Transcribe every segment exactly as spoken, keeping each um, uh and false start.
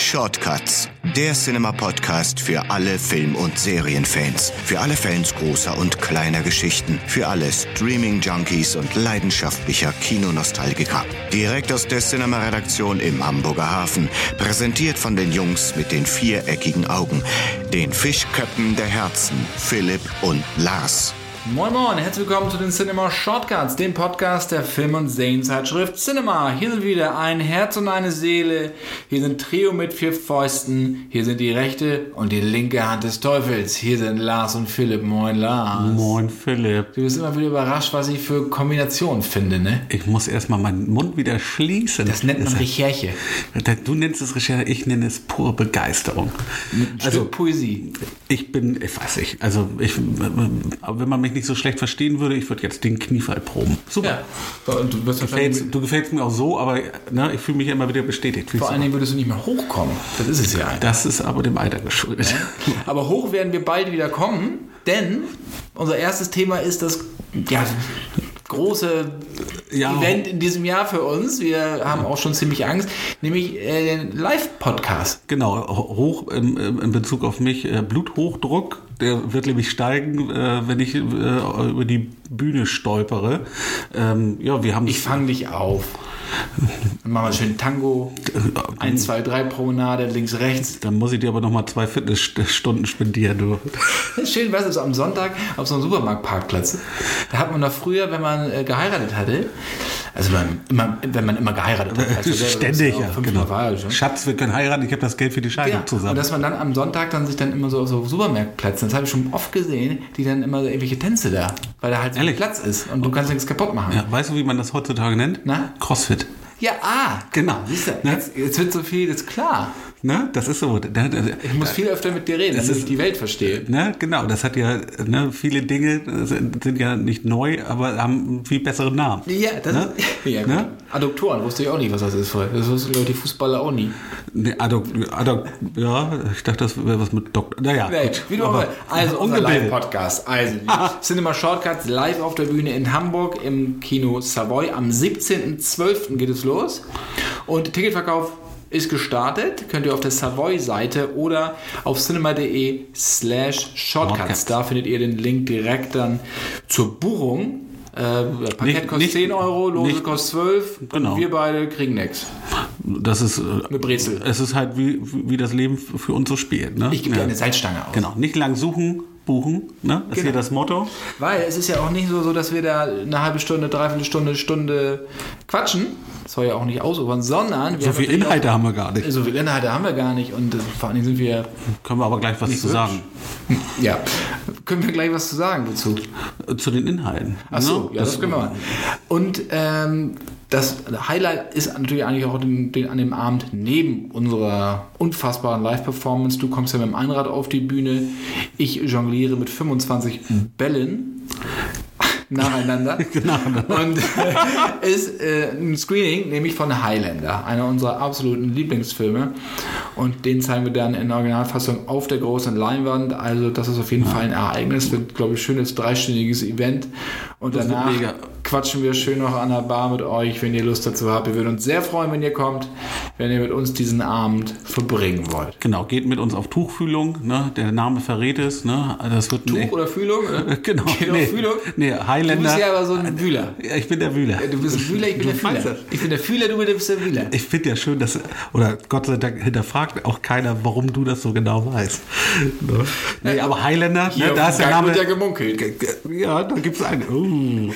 Shortcuts, der Cinema-Podcast für alle Film- und Serienfans. Für alle Fans großer und kleiner Geschichten. Für alle Streaming-Junkies und leidenschaftlicher Kinonostalgiker. Direkt aus der Cinema-Redaktion im Hamburger Hafen. Präsentiert von den Jungs mit den viereckigen Augen. Den Fischköppen der Herzen, Philipp und Lars. Moin Moin, herzlich willkommen zu den Cinema Shortcuts, dem Podcast der Film- und Serienzeitschrift Cinema. Hier sind wieder ein Herz und eine Seele, hier sind Trio mit vier Fäusten, hier sind die rechte und die linke Hand des Teufels. Hier sind Lars und Philipp. Moin Lars. Moin Philipp. Du bist immer wieder überrascht, was ich für Kombinationen finde, ne? Ich muss erstmal meinen Mund wieder schließen. Das nennt man Recherche. Du nennst es Recherche, ich nenne es pure Begeisterung. Ein also Stück Poesie. Ich bin, ich weiß nicht, also ich, wenn man mich nicht so schlecht verstehen würde, ich würde jetzt den Kniefall proben. Super. Ja. Und du, wirst gefällst, du gefällst mir auch so, aber ne, ich fühle mich immer wieder bestätigt. Vor allen Dingen würdest du nicht mehr hochkommen. Das ist es ja eigentlich. Das ist aber dem Alter geschuldet. Ja. Aber hoch werden wir bald wieder kommen, denn unser erstes Thema ist das ja, große ja, Event in diesem Jahr für uns. Wir haben auch schon ziemlich Angst, nämlich äh, den Live-Podcast. Genau, hoch in, in Bezug auf mich, äh, Bluthochdruck, der wird nämlich steigen, äh, wenn ich äh, über die Bühne stolpere. Ähm, ja, wir haben ich fange dich auf. Dann machen wir schön Tango, eins, zwei, drei Promenade, links, rechts. Dann muss ich dir aber nochmal zwei Fitnessstunden spendieren. Du. Das ist schön, weißt du, so am Sonntag auf so einem Supermarktparkplatz. Da hat man doch früher, wenn man äh, geheiratet hatte, also wenn, immer, wenn man immer geheiratet hat. Also ständig, ja. Genau. War schon. Schatz, wir können heiraten, ich habe das Geld für die Scheidung ja, zusammen. Und dass man dann am Sonntag dann sich dann immer so auf so Supermarktplätzen, das habe ich schon oft gesehen, die dann immer so irgendwelche Tänze da, weil da halt so viel Platz ist und du kannst nichts kaputt machen. Ja, weißt du, wie man das heutzutage nennt? Na? Crossfit. Ja, ah, genau. Siehst du, ne? jetzt, jetzt wird so viel, das ist klar. Ne? Das ist so. Da, da, ich muss viel öfter mit dir reden, damit ich die Welt verstehe. Ne? Genau, das hat ja, ne, viele Dinge sind, sind ja nicht neu, aber haben einen viel besseren Namen. Ja, das ne? ist, ja, ne? Adduktoren, wusste ich auch nicht, was das ist. Das wussten die Fußballer auch nie. Ne, Adduk, Adduk, ja, ich dachte, das wäre was mit Doktor. Naja, nee, wie du auch mal. Also unser Live-Podcast. Also Cinema Shortcuts live auf der Bühne in Hamburg im Kino Savoy. Am siebzehnten zwölften geht es los. Und Ticketverkauf ist gestartet. Könnt ihr auf der Savoy-Seite oder auf cinema.de slash shortcuts. Da findet ihr den Link direkt dann zur Buchung. Äh, Paket nicht, kostet nicht, zehn Euro, Lose nicht, kostet zwölf. Genau. Und wir beide kriegen nichts. Das ist eine Brezel. Es ist halt wie, wie das Leben für uns so spielt. Ne? Ich gebe dir ja. eine Salzstange aus. Genau. Nicht lang suchen, buchen. Ne? Das ist genau. hier das Motto. Weil es ist ja auch nicht so, so, dass wir da eine halbe Stunde, dreiviertel Stunde, Stunde quatschen. Das soll ja auch nicht ausufern, sondern... Wir so viel Inhalte auch, haben wir gar nicht. So viel Inhalte haben wir gar nicht und vor allem sind wir... Können wir aber gleich was zu sagen. Ja, können wir gleich was zu sagen dazu? Zu den Inhalten. Ach so, ja, das, das können wir. Und ähm, das Highlight ist natürlich eigentlich auch den, den, an dem Abend neben unserer unfassbaren Live-Performance. Du kommst ja mit dem Einrad auf die Bühne. Ich jongliere mit fünfundzwanzig Bällen nacheinander. Genau. Und äh, ist äh, ein Screening, nämlich von Highlander, einer unserer absoluten Lieblingsfilme. Und den zeigen wir dann in der Originalfassung auf der großen Leinwand. Also das ist auf jeden ja. Fall ein Ereignis. Wird, glaube ich, ein schönes dreistündiges Event. Und das danach quatschen wir schön noch an der Bar mit euch, wenn ihr Lust dazu habt. Wir würden uns sehr freuen, wenn ihr kommt, wenn ihr mit uns diesen Abend verbringen wollt. Genau, geht mit uns auf Tuchfühlung. Ne? Der Name verrät es. Ne? Das wird Tuch oder Fühlung? Oder? Genau. Geht nee, auf Fühlung? Nee, Highlander. Du bist ja aber so ein Wühler. Ja, ich bin der Wühler. Ja, du bist ein Wühler, ich bin du der Fühler. Ich bin der Fühler, du bist der Wühler. Ich finde ja schön, dass, oder Gott sei Dank hinterfragt auch keiner, warum du das so genau weißt. Ne? Nee, aber Highlander, hier, ne, da ist der Name. Wird ja gemunkelt. Ja, da gibt es einen. Uh.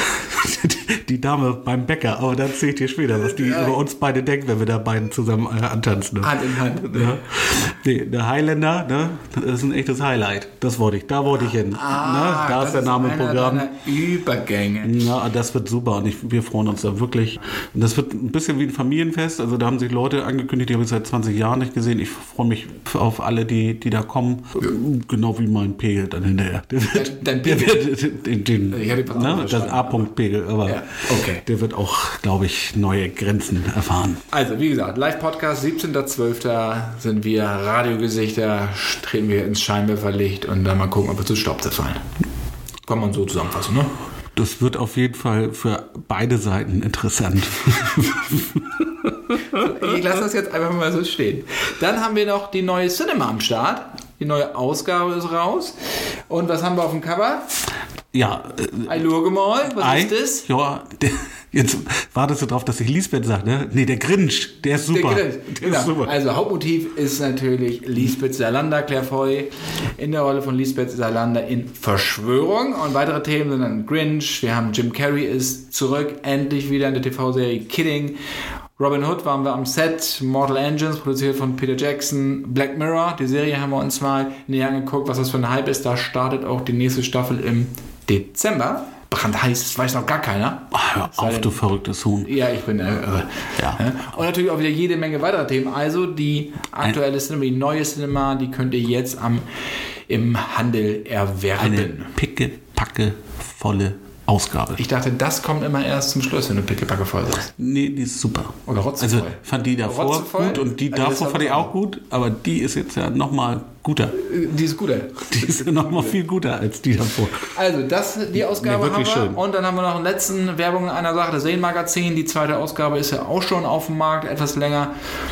Die Dame beim Bäcker, aber dann seht ihr später, was die ja. über uns beide denkt, wenn wir da beiden zusammen äh, antanzen. Ne? Hand in Hand. Ne? Ja. Nee, der Highlander, ne, das ist ein echtes Highlight. Das wollte ich, da wollte ich hin. Ah, ne? Da ist der Name im Programm. Übergänge. Ja, das wird super und ich, wir freuen uns da wirklich. Und das wird ein bisschen wie ein Familienfest. Also da haben sich Leute angekündigt, die habe ich seit zwanzig Jahren nicht gesehen. Ich freue mich auf alle, die, die da kommen. Ja. Genau wie mein Pegel dann hinterher. Der wird, Dein Pegel? Der wird, den, den, ich hatte ne, das A-Punkt-Pegel. Aber ja. okay. der wird auch, glaube ich, neue Grenzen erfahren. Also, wie gesagt, Live-Podcast, siebzehnten zwölften sind wir Radiogesichter, treten wir ins Scheinwerferlicht und dann mal gucken, ob wir zu Staub zerfallen. Kann man so zusammenfassen, ne? Das wird auf jeden Fall für beide Seiten interessant. Ich lasse das jetzt einfach mal so stehen. Dann haben wir noch die neue Cinema am Start. Die neue Ausgabe ist raus. Und was haben wir auf dem Cover? Ja. Äh, Ein Lurgemal, was Ei, ist das? Ja, der, jetzt wartest du drauf, dass ich Lisbeth sage, ne? Nee, der Grinch, der ist super. Der, der genau. ist super. Also Hauptmotiv ist natürlich Lisbeth Salander, Claire Foy in der Rolle von Lisbeth Salander in Verschwörung. Und weitere Themen sind dann Grinch, wir haben Jim Carrey ist zurück, endlich wieder in der T V-Serie Kidding. Robin Hood waren wir am Set, Mortal Engines, produziert von Peter Jackson, Black Mirror, die Serie haben wir uns mal näher angeguckt, was das für ein Hype ist. Da startet auch die nächste Staffel im Dezember. Brandheiß, das weiß noch gar keiner. Ach, hör auf, du verrücktes Huhn. Ja, ich bin irre. Ja. Und natürlich auch wieder jede Menge weiterer Themen. Also die aktuelle ein, Cinema, die neue Cinema, die könnt ihr jetzt am, im Handel erwerben. Eine picke-packe volle Ausgabe. Ich dachte, das kommt immer erst zum Schluss, wenn du pickepacke voll bist. Nee, die ist super. Oder rotzevoll. Also fand die davor rotzevoll? gut und die also davor fand ich auch gut, aber die ist jetzt ja nochmal guter. Die ist guter. Die ist ja nochmal viel guter als die davor. Also das, die Ausgabe nee, haben wir. Schön. Und dann haben wir noch eine letzte Werbung in einer Sache, das Serienmagazin. Die zweite Ausgabe ist ja auch schon auf dem Markt, etwas länger.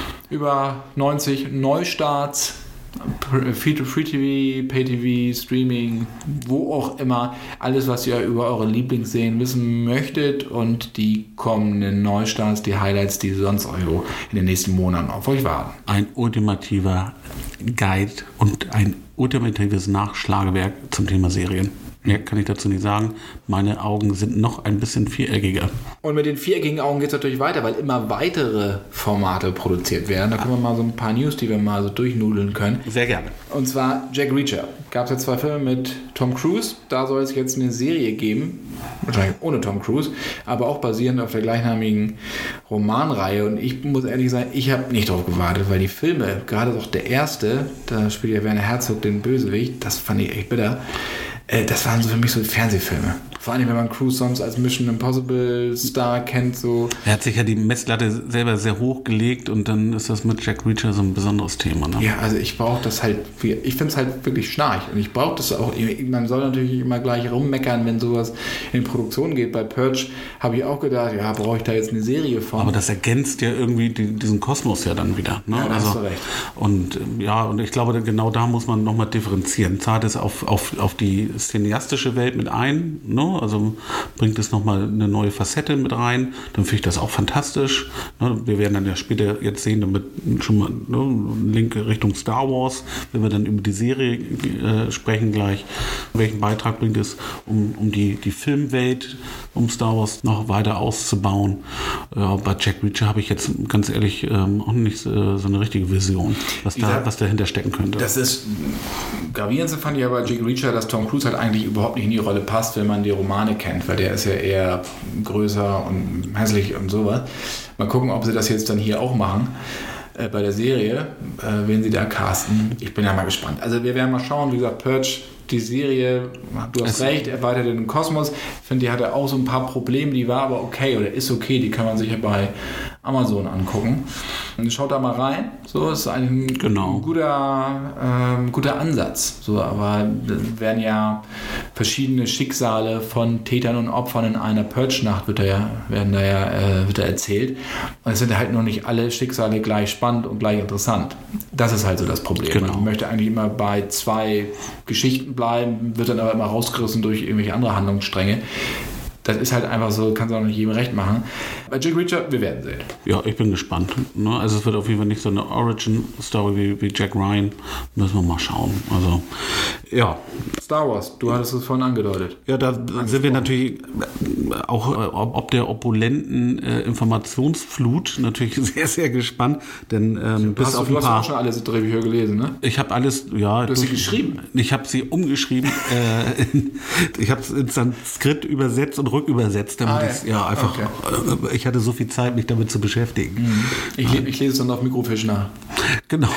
Über neunzig Neustarts. Free-to-Free-T V, Pay-T V, Streaming, wo auch immer, alles, was ihr über eure Lieblingsserien wissen möchtet und die kommenden Neustarts, die Highlights, die sonst euro in den nächsten Monaten auf euch warten. Ein ultimativer Guide und ein ultimatives Nachschlagewerk zum Thema Serien. Mehr kann ich dazu nicht sagen. Meine Augen sind noch ein bisschen viereckiger. Und mit den viereckigen Augen geht es natürlich weiter, weil immer weitere Formate produziert werden. Da kommen wir mal so ein paar News, die wir mal so durchnudeln können. Sehr gerne. Und zwar Jack Reacher. Gab es ja zwei Filme mit Tom Cruise. Da soll es jetzt eine Serie geben. Wahrscheinlich ohne Tom Cruise. Aber auch basierend auf der gleichnamigen Romanreihe. Und ich muss ehrlich sagen, ich habe nicht drauf gewartet, weil die Filme, gerade doch der erste, da spielt ja Werner Herzog den Bösewicht, das fand ich echt bitter. Das waren so für mich so Fernsehfilme. Vor allem, wenn man Cruise sonst als Mission Impossible Star kennt. So. Er hat sich ja die Messlatte selber sehr hoch gelegt und dann ist das mit Jack Reacher so ein besonderes Thema. Ne? Ja, also ich brauche das halt, ich finde es halt wirklich schnarch und ich brauche das auch, man soll natürlich nicht immer gleich rummeckern, wenn sowas in Produktion geht. Bei Purge habe ich auch gedacht, ja, brauche ich da jetzt eine Serie von. Aber das ergänzt ja irgendwie die, diesen Kosmos ja dann wieder. Ne? Ja, da also, hast du recht. Und ja, und ich glaube, genau da muss man nochmal differenzieren. Zahlt es auf, auf, auf die cineastische Welt mit ein, ne? Also bringt es nochmal eine neue Facette mit rein, dann finde ich das auch fantastisch. Ne? Wir werden dann ja später jetzt sehen, damit schon mal ne, ein Link Richtung Star Wars, wenn wir dann über die Serie äh, sprechen gleich. Welchen Beitrag bringt es, um, um die, die Filmwelt, um Star Wars noch weiter auszubauen? Äh, bei Jack Reacher habe ich jetzt ganz ehrlich ähm, auch nicht äh, so eine richtige Vision, was, da, was dahinter stecken könnte. Das ist gravierendste fand ich aber Jack Reacher, dass Tom Cruise halt eigentlich überhaupt nicht in die Rolle passt, wenn man die Romane kennt, weil der ist ja eher größer und hässlich und sowas. Mal gucken, ob sie das jetzt dann hier auch machen äh, bei der Serie, äh, wen sie da casten. Ich bin ja mal gespannt. Also wir werden mal schauen, wie gesagt, Purge, die Serie, du hast es recht, erweitert den Kosmos. Ich finde, die hatte auch so ein paar Probleme, die war aber okay oder ist okay, die kann man sich ja bei Amazon angucken. Und schaut da mal rein. So, ist eigentlich ein genau. guter, ähm, guter Ansatz. So, aber es werden ja verschiedene Schicksale von Tätern und Opfern in einer Purge-Nacht wird da ja, werden da ja äh, wird da erzählt. Und es sind halt noch nicht alle Schicksale gleich spannend und gleich interessant. Das ist halt so das Problem. Genau. Man möchte eigentlich immer bei zwei Geschichten bleiben, wird dann aber immer rausgerissen durch irgendwelche andere Handlungsstränge. Das ist halt einfach so, kannst du auch nicht jedem recht machen. Bei Jack Reacher, wir werden sehen. Ja, ich bin gespannt. Ne? Also es wird auf jeden Fall nicht so eine Origin-Story wie, wie Jack Ryan. Müssen wir mal schauen. Also, ja. Star Wars, du hattest es vorhin angedeutet. Ja, da sind wir natürlich auch äh, ob der opulenten äh, Informationsflut natürlich sehr, sehr gespannt. Denn ähm, bis hast auf du, du ein paar... hast auch schon alle Drehbücher gelesen, ne? Ich habe alles, ja... Du hast sie geschrieben? Ich habe sie umgeschrieben. äh, in, ich habe es ins Sanskrit übersetzt und rückübersetzt. Damit ah, ja. ja, einfach... Okay. Ich hatte so viel Zeit, mich damit zu beschäftigen. Mhm. Ich, ja. ich lese es dann auf Mikrofisch nach. Genau.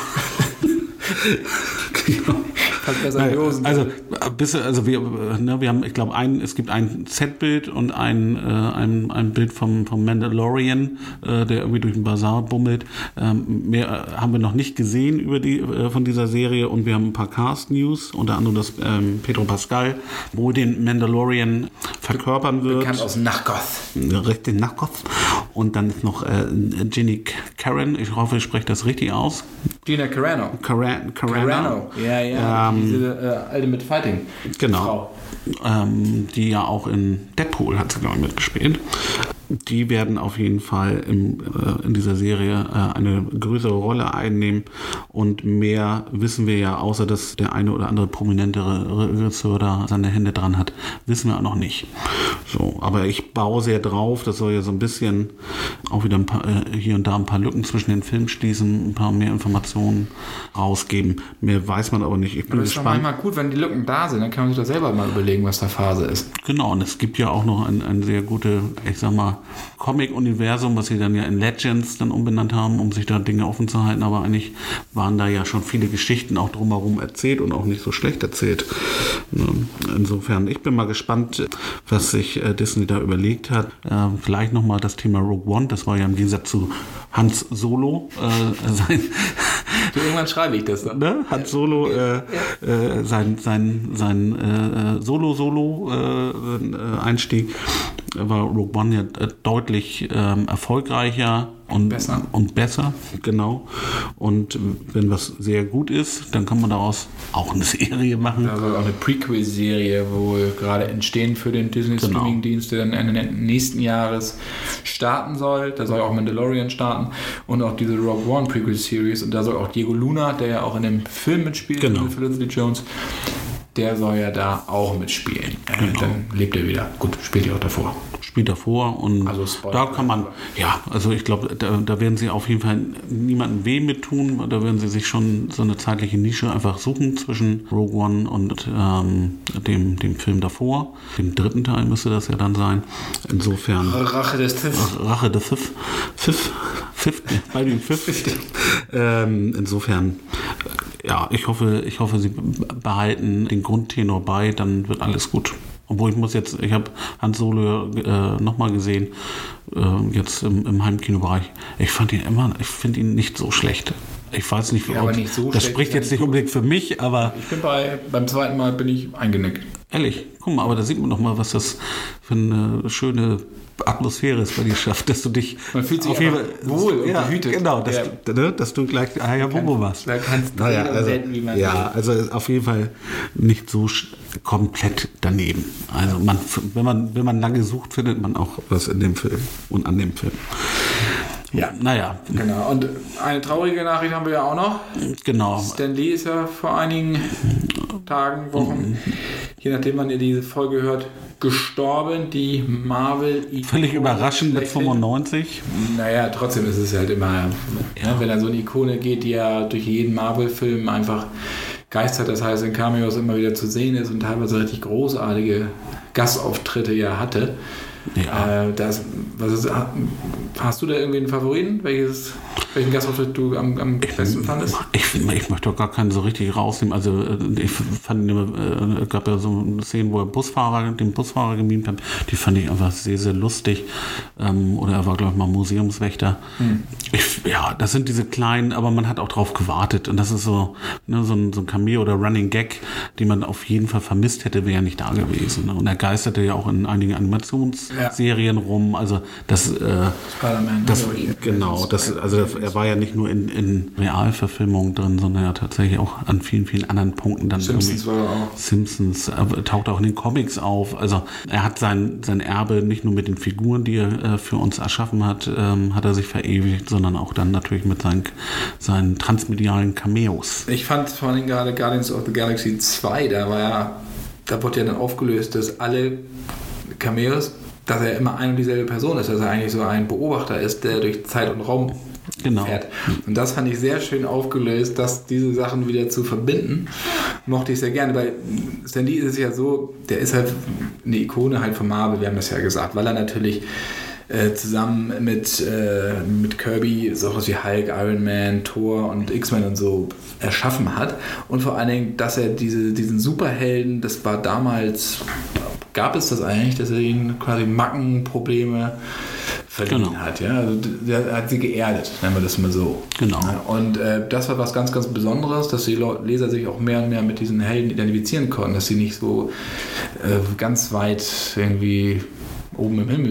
Genau. Nein, also, bis, also wir, ne, wir haben, ich glaube, ein, es gibt ein Setbild und ein, äh, ein, ein Bild vom, vom Mandalorian, äh, der irgendwie durch den Bazar bummelt. Ähm, mehr äh, haben wir noch nicht gesehen über die, äh, von dieser Serie und wir haben ein paar Cast-News, unter anderem das ähm, Pedro Pascal, wo den Mandalorian verkörpern wird. Bekannt aus Narcos. Richtig, Narcos. Und dann ist noch äh, Gina Carano, ich hoffe, ich spreche das richtig aus. Gina Carano. Carano. Carano. Ja, ja, ähm, diese äh, alte mit Fighting. Genau. Frau. Ähm, die ja auch in Deadpool hat sie, glaube ich, mitgespielt. Die werden auf jeden Fall im, äh, in dieser Serie äh, eine größere Rolle einnehmen und mehr wissen wir ja, außer dass der eine oder andere prominentere Regisseur da seine Hände dran hat, wissen wir auch noch nicht. So, aber ich baue sehr drauf, das soll ja so ein bisschen auch wieder ein paar, äh, hier und da ein paar Lücken zwischen den Filmen schließen, ein paar mehr Informationen rausgeben. Mehr weiß man aber nicht. Ich bin aber das gespannt. ist doch manchmal gut, wenn die Lücken da sind, dann kann man sich doch selber mal überlegen, was da Phase ist. Genau, und es gibt ja auch noch ein, ein sehr gute, ich sag mal, Comic-Universum, was sie dann ja in Legends dann umbenannt haben, um sich da Dinge offen zu halten, aber eigentlich waren da ja schon viele Geschichten auch drumherum erzählt und auch nicht so schlecht erzählt. Insofern, ich bin mal gespannt, was sich Disney da überlegt hat. Vielleicht nochmal das Thema Rogue One, das war ja im Gegensatz zu Hans Solo äh, sein irgendwann schreibe ich das dann. Ne? Hans Solo äh, äh, sein, sein, sein äh, Solo-Solo-Einstieg äh, war Rogue One ja äh, deutlich ähm, erfolgreicher und besser. und besser, genau. Und wenn was sehr gut ist, dann kann man daraus auch eine Serie machen. Da soll auch eine Prequel-Serie wohl gerade entstehen für den Disney-Streaming-Dienst, der dann Ende nächsten Jahres starten soll. Da soll auch Mandalorian starten und auch diese Rogue One Prequel-Series. Und da soll auch Diego Luna, der ja auch in dem Film mitspielt, genau. mit Felicity Jones, der soll ja da auch mitspielen. Genau. Äh, dann lebt er wieder. Gut, spielt ja auch davor. Spielt davor und also da kann man, ja, also ich glaube, da, da werden sie auf jeden Fall niemandem weh mit tun. Da werden sie sich schon so eine zeitliche Nische einfach suchen zwischen Rogue One und ähm, dem, dem Film davor. Dem dritten Teil müsste das ja dann sein. Insofern. Rache des Sith. Rache des Sith. Sith. Sith. Bei dem Sith. ähm, insofern. Ja, ich hoffe, ich hoffe, sie behalten den Grundtenor bei, dann wird alles gut. Obwohl ich muss jetzt, ich habe Hans Solo äh, nochmal gesehen, äh, jetzt im, im Heimkinobereich. Ich fand ihn immer, ich finde ihn nicht so schlecht. Ich weiß nicht, ja, ob, aber nicht so das schlecht, spricht jetzt nicht unbedingt für mich, aber... Ich bin bei, beim zweiten Mal bin ich eingenickt. Ehrlich, guck mal, aber da sieht man noch mal, was das für eine schöne Atmosphäre ist bei dir schafft, dass du dich man fühlt sich auf jeden Fall wohl und ja, behütet. Genau, dass, ja. du, ne, dass du gleich ah ja Bobo warst. Da kannst du naja, also, selten, wie man ja, also auf jeden Fall nicht so komplett daneben. Also man, wenn man wenn man lange sucht, findet man auch was in dem Film und an dem Film. Ja, naja. Genau. Und eine traurige Nachricht haben wir ja auch noch. Genau. Stan Lee ist ja vor einigen Tagen, Wochen, je nachdem, wann ihr diese Folge hört, gestorben. Die Marvel. Völlig überraschend mit fünfundneunzig. Naja, trotzdem ist es halt immer, ja, wenn da so eine Ikone geht, die ja durch jeden Marvel-Film einfach geistert, das heißt in Cameos immer wieder zu sehen ist und teilweise richtig großartige Gastauftritte ja hatte. Ja. Äh, das, was ist, hast du da irgendwie einen Favoriten? Welches, welchen Gastauftritt du am, am besten fandest? Ich, ich möchte doch gar keinen so richtig rausnehmen. Also ich fand, es äh, gab ja so Szenen, wo er Busfahrer, den Busfahrer gemimt hat. Die fand ich einfach sehr, sehr lustig. Ähm, oder er war, glaube ich, mal Museumswächter. Hm. Ich, ja, das sind diese kleinen, aber man hat auch drauf gewartet. Und das ist so, ne, so, ein, so ein Cameo oder Running Gag, den man auf jeden Fall vermisst hätte, wäre ja nicht da gewesen. Ne? Und er geisterte ja auch in einigen Animations Ja. Serien rum, also das, äh, Spider-Man, das genau, das, also das, er war ja nicht nur in, in Realverfilmungen drin, sondern ja tatsächlich auch an vielen, vielen anderen Punkten dann Simpsons war er auch. Simpsons äh, taucht auch in den Comics auf, also er hat sein, sein Erbe nicht nur mit den Figuren, die er äh, für uns erschaffen hat, ähm, hat er sich verewigt, sondern auch dann natürlich mit seinen, seinen transmedialen Cameos. Ich fand vor allem gerade Guardians of the Galaxy zwei, da war ja, da wurde ja dann aufgelöst, dass alle Cameos, dass er immer eine und dieselbe Person ist, dass er eigentlich so ein Beobachter ist, der durch Zeit und Raum genau. fährt. Und das fand ich sehr schön aufgelöst, dass diese Sachen wieder zu verbinden, mochte ich sehr gerne. Bei Stan Lee ist es ja so, der ist halt eine Ikone halt von Marvel, wir haben das ja gesagt, weil er natürlich äh, zusammen mit, äh, mit Kirby sowas wie Hulk, Iron Man, Thor und X-Men und so erschaffen hat. Und vor allen Dingen, dass er diese, diesen Superhelden, das war damals... Gab es das eigentlich, dass er ihnen quasi Mackenprobleme verliehen genau. hat? Ja? Also der hat sie geerdet, nennen wir das mal so. Genau. Und äh, das war was ganz, ganz Besonderes, dass die Leser sich auch mehr und mehr mit diesen Helden identifizieren konnten, dass sie nicht so äh, ganz weit irgendwie oben im Himmel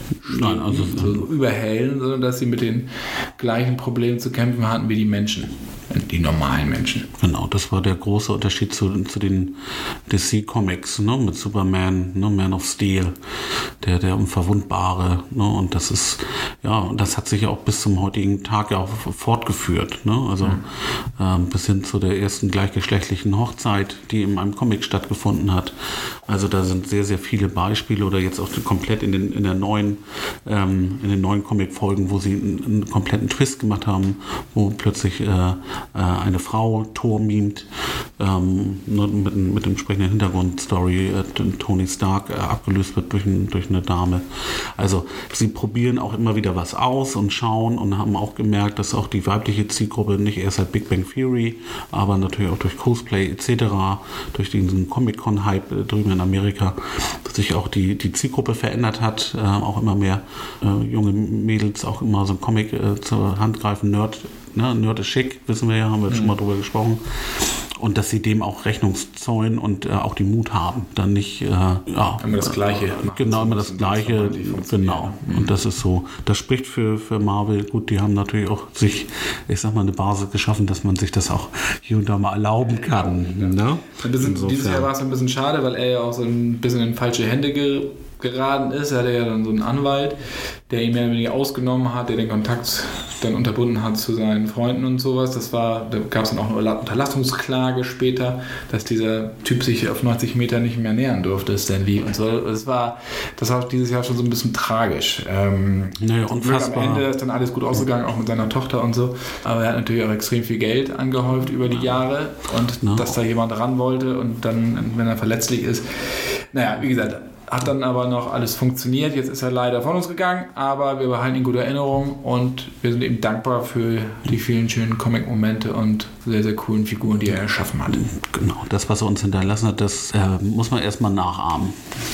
Nein, also so überhellen, sondern dass sie mit den gleichen Problemen zu kämpfen hatten wie die Menschen, die normalen Menschen. Genau, das war der große Unterschied zu, zu den D C-Comics, ne, mit Superman, ne, Man of Steel, der, der Unverwundbare, ne, und das ist, ja, und das hat sich ja auch bis zum heutigen Tag ja auch fortgeführt, ne, also mhm. ähm, bis hin zu der ersten gleichgeschlechtlichen Hochzeit, die in einem Comic stattgefunden hat. Also da sind sehr, sehr viele Beispiele oder jetzt auch komplett in den, in der neuen, ähm, in den neuen Comic-Folgen, wo sie einen, einen kompletten Twist gemacht haben, wo plötzlich äh, äh, eine Frau Thor mimt, ähm, mit, mit dem entsprechenden Hintergrundstory, äh, Tony Stark äh, abgelöst wird durch, ein, durch eine Dame. Also sie probieren auch immer wieder was aus und schauen und haben auch gemerkt, dass auch die weibliche Zielgruppe nicht erst seit Big Bang Theory, aber natürlich auch durch Cosplay et cetera, durch diesen Comic-Con-Hype äh, drüben in Amerika, dass sich auch die, die Zielgruppe verändert hat, äh, auch immer mehr äh, junge Mädels auch immer so ein Comic äh, zur Hand greifen, Nerd, ne? Nerd ist schick, wissen wir ja, haben wir mhm. schon mal drüber gesprochen. Und dass sie dem auch Rechnung zollen und äh, auch den Mut haben, dann nicht äh, ja, immer das Gleiche. Äh, genau, immer das Gleiche. Genau. Mhm. Und das ist so, das spricht für, für Marvel. Gut, die haben natürlich auch sich, ich sag mal, eine Basis geschaffen, dass man sich das auch hier und da mal erlauben kann. Ja. Ne? Ein bisschen, dieses Jahr war es ein bisschen schade, weil er ja auch so ein bisschen in falsche Hände ge- geraten ist. Er hatte ja dann so einen Anwalt, der ihn mehr oder weniger ausgenommen hat, der den Kontakt dann unterbunden hat zu seinen Freunden und sowas. Das war, da gab es dann auch eine Unterlassungsklage später, dass dieser Typ sich auf neunzig Meter nicht mehr nähern durfte, Stan Lee und so. Das war, das war dieses Jahr schon so ein bisschen tragisch. Ähm, naja, unfassbar. Am Ende ist dann alles gut ausgegangen, auch mit seiner Tochter und so. Aber er hat natürlich auch extrem viel Geld angehäuft über die Jahre und no. dass da jemand ran wollte und dann, wenn er verletzlich ist. Naja, wie gesagt, hat dann aber noch alles funktioniert. Jetzt ist er leider von uns gegangen, aber wir behalten ihn gute Erinnerung und wir sind ihm dankbar für die vielen schönen Comic-Momente und sehr, sehr coolen Figuren, die er erschaffen hat. Genau, das, was er uns hinterlassen hat, das äh, muss man erstmal nachahmen.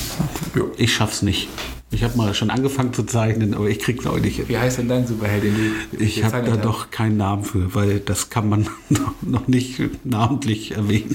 Jo. Ich schaff's nicht. Ich habe mal schon angefangen zu zeichnen, aber ich krieg's auch nicht hin. Wie heißt denn dein Superheld, den du Ich habe da doch keinen Namen für, weil das kann man noch nicht namentlich erwähnen.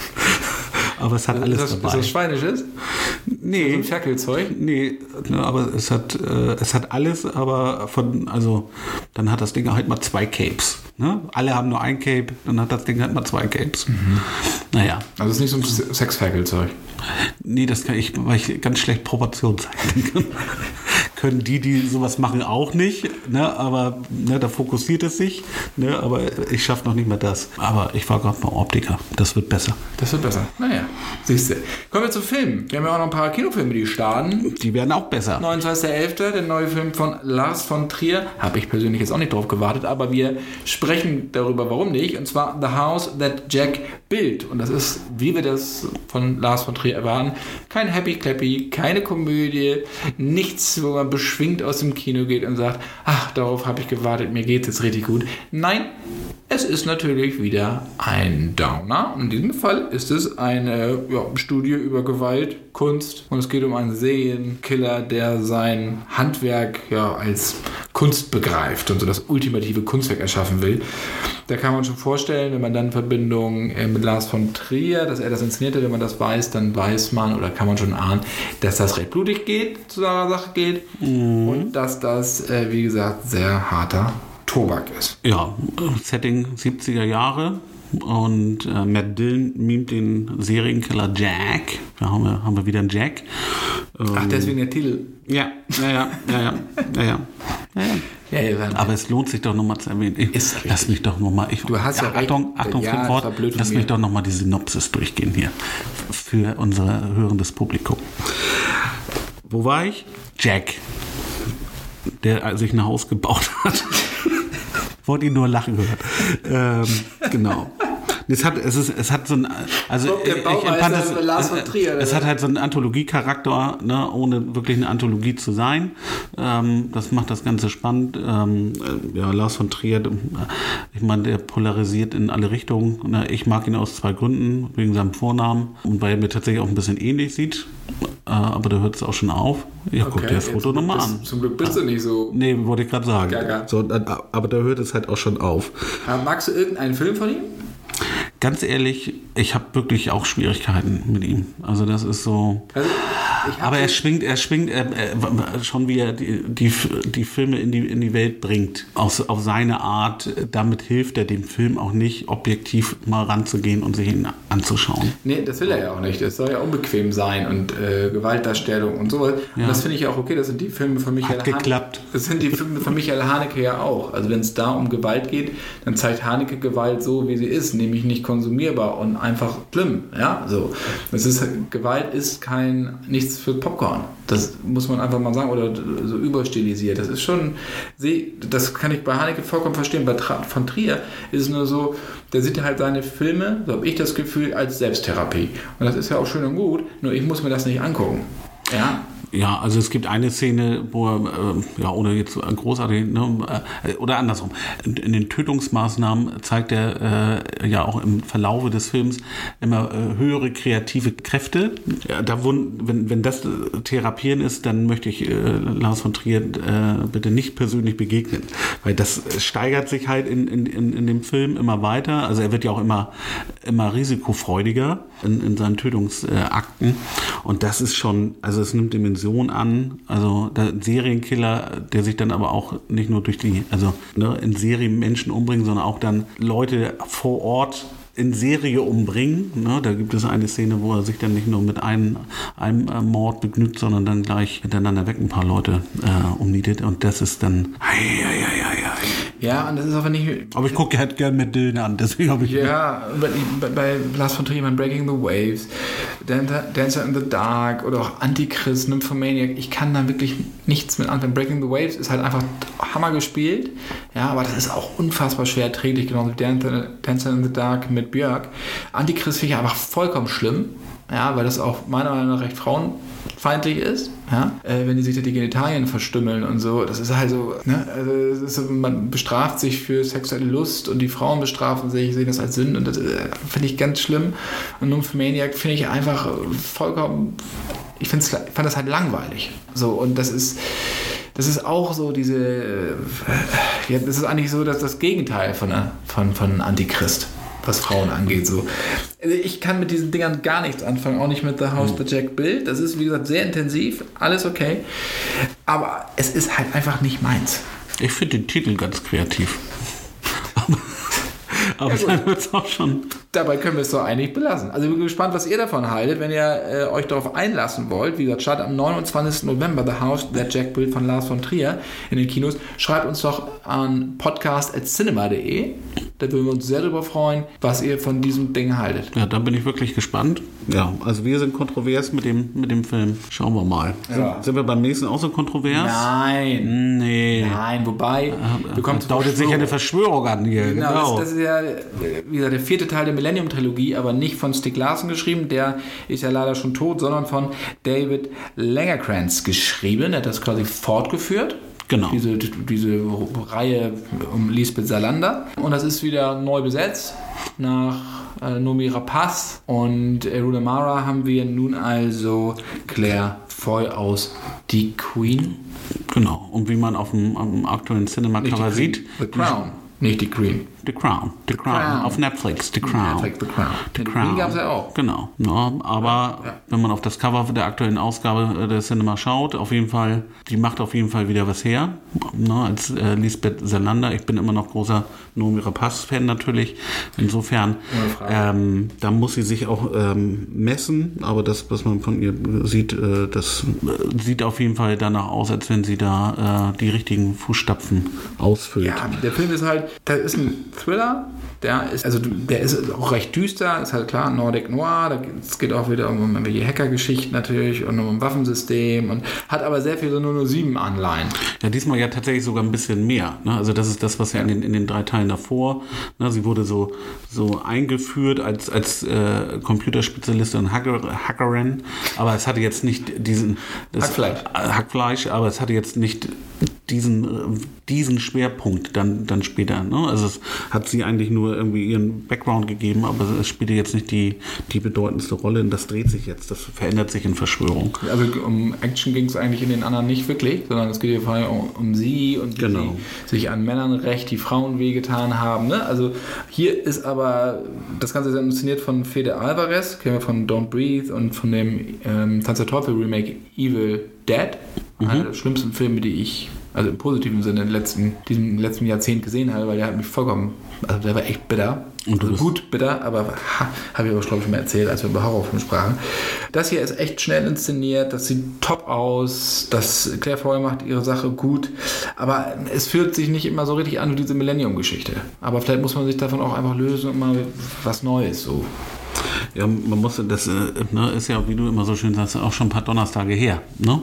Aber es hat alles ist das, dabei. Ist das Schweinisches? Nee. So ein Ferkelzeug? Nee, aber es hat, äh, es hat alles, aber von, also, dann hat das Ding halt mal zwei Capes. Ne? Alle haben nur ein Cape, dann hat das Ding halt mal zwei Capes. Mhm. Naja. Also es ist nicht so ein Sexferkelzeug? Nee, das kann ich, weil ich ganz schlecht Proportionen zeichnen kann. Können die, die sowas machen, auch nicht, ne? Aber ne, da fokussiert es sich, ne? Aber ich schaffe noch nicht mal das. Aber ich war gerade beim Optiker, das wird besser. Das wird besser, naja, siehst du. Kommen wir zu Filmen. Wir haben ja auch noch ein paar Kinofilme, die starten. Die werden auch besser. neunundzwanzigster elfter, der neue Film von Lars von Trier. Habe ich persönlich jetzt auch nicht drauf gewartet, aber wir sprechen darüber, warum nicht. Und zwar The House That Jack Built. Und das ist, wie wir das von Lars von Trier erwarten, kein Happy Clappy, keine Komödie, nichts, wo man beschwingt aus dem Kino geht und sagt, ach, darauf habe ich gewartet, mir geht es jetzt richtig gut. Nein, es ist natürlich wieder ein Downer. In diesem Fall ist es eine ja, Studie über Gewalt, Kunst und es geht um einen Serienkiller, der sein Handwerk ja als Kunst begreift und so das ultimative Kunstwerk erschaffen will. Da kann man schon vorstellen, wenn man dann Verbindung mit Lars von Trier, dass er das inszeniert hat, wenn man das weiß, dann weiß man oder kann man schon ahnen, dass das recht blutig geht, zu seiner Sache geht mhm. und dass das, äh, wie gesagt, sehr harter Tobak ist. Ja, Setting siebziger Jahre und äh, Matt Dillon mimt den Serienkiller Jack. Da haben wir, haben wir wieder einen Jack. Ähm, Ach, deswegen der Titel. Ja, ja, ja, ja, ja, ja, ja. Ja, ja, aber es lohnt sich doch nochmal zu erwähnen. Ich, lass mich doch nochmal. Du hast ja, ja Achtung, recht. Achtung, ja, Wort. Lass mich doch nochmal die Synopsis durchgehen hier. Für unser hörendes Publikum. Wo war ich? Jack, der sich ein Haus gebaut hat. Wollte ihn nur lachen gehört. Ähm, genau. Es hat, es ist, es hat so ein, also ich, ich empfand es, Lars von Trier, es, es hat halt so einen Anthologiecharakter, ne, ohne wirklich eine Anthologie zu sein. Ähm, das macht das Ganze spannend. Ähm, ja, Lars von Trier, ich meine, der polarisiert in alle Richtungen. Ne. Ich mag ihn aus zwei Gründen, wegen seinem Vornamen und weil er mir tatsächlich auch ein bisschen ähnlich sieht. Äh, aber da hört es auch schon auf. Ja, okay, guck dir das Foto nochmal an. Zum Glück bist du nicht so. Nee, wollte ich gerade sagen. Gaga. So, aber da hört es halt auch schon auf. Aber magst du irgendeinen Film von ihm? Ganz ehrlich, ich habe wirklich auch Schwierigkeiten mit ihm. Also das ist so... Also, aber er schwingt, er schwingt er, er, schon wie er die, die, die Filme in die, in die Welt bringt. Auf, auf seine Art. Damit hilft er dem Film auch nicht, objektiv mal ranzugehen und sich ihn anzuschauen. Nee, das will er ja auch nicht. Es soll ja unbequem sein und äh, Gewaltdarstellung und sowas. Ja. Und das finde ich ja auch okay. Das sind die Filme von Michael Haneke. Hat geklappt. Das sind die Filme von Michael Haneke ja auch. Also wenn es da um Gewalt geht, dann zeigt Haneke Gewalt so, wie sie ist, nämlich nicht konsumierbar und einfach schlimm. Ja, so. Das ist, Gewalt ist kein nichts für Popcorn. Das muss man einfach mal sagen, oder so überstilisiert. Das ist schon, das kann ich bei Haneke vollkommen verstehen. Bei von Trier ist es nur so, der sieht halt seine Filme, so habe ich das Gefühl, als Selbsttherapie. Und das ist ja auch schön und gut, nur ich muss mir das nicht angucken. Ja. Ja, also es gibt eine Szene, wo er, äh, ja, ohne jetzt großartig, ne, äh, oder andersrum, in, in den Tötungsmaßnahmen zeigt er äh, ja auch im Verlaufe des Films immer äh, höhere kreative Kräfte. Ja, da wund, wenn, wenn das Therapieren ist, dann möchte ich äh, Lars von Trier äh, bitte nicht persönlich begegnen, weil das steigert sich halt in, in, in, in dem Film immer weiter. Also er wird ja auch immer, immer risikofreudiger in, in seinen Tötungsakten und das ist schon, also es nimmt Dimensionen an, also der Serienkiller, der sich dann aber auch nicht nur durch die, also ne, in Serien Menschen umbringen, sondern auch dann Leute vor Ort in Serie umbringen. Ne? Da gibt es eine Szene, wo er sich dann nicht nur mit einem, einem äh, Mord begnügt, sondern dann gleich hintereinander weg ein paar Leute äh, umnietet und das ist dann hei, hei, hei, hei. Ja, und das ist aber nicht... Aber ich gucke halt gerne mit Dylan an, deswegen habe ich... Ja, bei, bei Lars von Trier, Breaking the Waves, Dancer in the Dark oder auch Antichrist, Nymphomaniac, ich kann da wirklich nichts mit anfangen. Breaking the Waves ist halt einfach Hammer gespielt, ja, aber das ist auch unfassbar schwer erträglich, genauso wie Dancer in the Dark mit Björk. Antichrist finde ich einfach vollkommen schlimm, ja, weil das auch meiner Meinung nach recht frauenfeindlich ist, ja, äh, wenn die sich da die Genitalien verstümmeln und so, das ist halt so, ne, also das ist so, man bestraft sich für sexuelle Lust und die Frauen bestrafen sich, sehen das als Sünde und das äh, finde ich ganz schlimm und Nymphomaniac finde ich einfach vollkommen, ich, find's, ich fand das halt langweilig, so, und das ist Das ist auch so diese, ja, das ist eigentlich so dass das Gegenteil von, von, von Antichrist, was Frauen angeht. So. Ich kann mit diesen Dingern gar nichts anfangen, auch nicht mit The House That Jack Built. Das ist, wie gesagt, sehr intensiv, alles okay. Aber es ist halt einfach nicht meins. Ich finde den Titel ganz kreativ. Aber ja, dann wird es auch schon. Dabei können wir es doch eigentlich belassen. Also ich bin gespannt, was ihr davon haltet, wenn ihr äh, euch darauf einlassen wollt. Wie gesagt, startet am neunundzwanzigsten November The House That Jack Built von Lars von Trier in den Kinos. Schreibt uns doch an podcast at cinema punkt de. Da würden wir uns sehr darüber freuen, was ihr von diesem Ding haltet. Ja, da bin ich wirklich gespannt. Ja, also wir sind kontrovers mit dem, mit dem Film. Schauen wir mal. Ja. Sind wir beim nächsten auch so kontrovers? Nein. Nee. Nein, wobei... Da kommt dauert sich eine Verschwörung an hier. Genau, genau. Das, das ist ja wie gesagt, der vierte Teil der Millennium-Trilogie, aber nicht von Stieg Larsson geschrieben. Der ist ja leider schon tot, sondern von David Langerkrantz geschrieben. Er hat das quasi fortgeführt. Genau. Diese, diese Reihe um Lisbeth Salander. Und das ist wieder neu besetzt. Nach äh, Noomi Rapace und äh, Rula Mara haben wir nun also Claire Foy aus Die Queen. Genau. Und wie man auf dem, auf dem aktuellen Cinema-Cover sieht. The Crown. Nicht die Queen. The Crown. The, The Crown. Crown. Auf Netflix. The Crown. Netflix, The Crown. The Die Crown. Queen gab es ja auch. Genau. Ja, aber ja, ja. wenn man auf das Cover der aktuellen Ausgabe der Cinema schaut, auf jeden Fall, die macht auf jeden Fall wieder was her. Ne, als äh, Lisbeth Salander. Ich bin immer noch großer Noomi Rapace-Fan natürlich. Insofern, ähm, da muss sie sich auch ähm, messen. Aber das, was man von ihr sieht, äh, das äh, sieht auf jeden Fall danach aus, als wenn sie da äh, die richtigen Fußstapfen ausfüllt. Ja, der Film ist halt, das ist ein Thriller, der ist, also der ist auch recht düster, ist halt klar, Nordic Noir, da es geht auch wieder um irgendwelche Hacker-Geschichten natürlich und um ein Waffensystem und hat aber sehr viel so null null sieben Anleihen. Ja, diesmal ja tatsächlich sogar ein bisschen mehr. Ne? Also das ist das, was ja in den, in den drei Teilen davor, ne? Sie wurde so, so eingeführt als, als äh, Computerspezialistin und Hacker, Hackerin, aber es hatte jetzt nicht diesen... Das, Hackfleisch. Äh, Hackfleisch, aber es hatte jetzt nicht diesen, diesen Schwerpunkt dann, dann später. Ne? Also es hat sie eigentlich nur nur irgendwie ihren Background gegeben, aber es spielte jetzt nicht die, die bedeutendste Rolle. Und das dreht sich jetzt, das verändert sich in Verschwörung. Also um Action ging es eigentlich in den anderen nicht wirklich, sondern es geht hier vor allem um, um sie und wie genau. sie sich an Männern rächt, die Frauen wehgetan haben. Ne? Also hier ist aber, das Ganze ist inszeniert von Fede Alvarez, kennen wir von Don't Breathe und von dem ähm, Tanz der Teufel Remake Evil Dead. Mhm. Einer der schlimmsten Filme, die ich, also im positiven Sinne, in letzten, diesem letzten Jahrzehnt gesehen habe, weil der hat mich vollkommen, also der war echt bitter. Und also gut bitter, aber ha, habe ich aber, glaube ich, schon mal erzählt, als wir über Horrorfilme sprachen. Das hier ist echt schnell inszeniert, das sieht top aus, das Claire Foy macht ihre Sache gut, aber es fühlt sich nicht immer so richtig an wie diese Millennium-Geschichte. Aber vielleicht muss man sich davon auch einfach lösen und mal was Neues so. Ja, man muss, das ne, ist ja, wie du immer so schön sagst, auch schon ein paar Donnerstage her. Ne?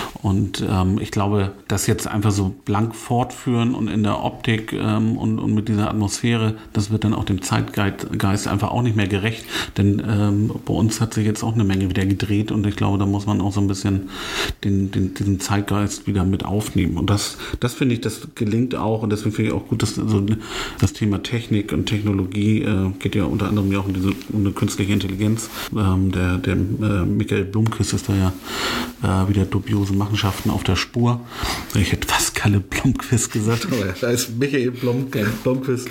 Und ähm, ich glaube, das jetzt einfach so blank fortführen und in der Optik ähm, und, und mit dieser Atmosphäre, das wird dann auch dem Zeitgeist einfach auch nicht mehr gerecht. Denn ähm, bei uns hat sich jetzt auch eine Menge wieder gedreht und ich glaube, da muss man auch so ein bisschen den, den, diesen Zeitgeist wieder mit aufnehmen. Und das, das finde ich, das gelingt auch und deswegen finde ich auch gut, dass so das Thema Technik und Technologie äh, geht ja unter anderem ja auch um diese um eine künstliche Intelligenz. Ähm, der der äh, Michael Blomqvist ist da ja äh, wieder dubiose Machenschaften auf der Spur. Ich hätte fast Kalle Blomqvist gesagt, aber da ist Michael Blom, Blomqvist.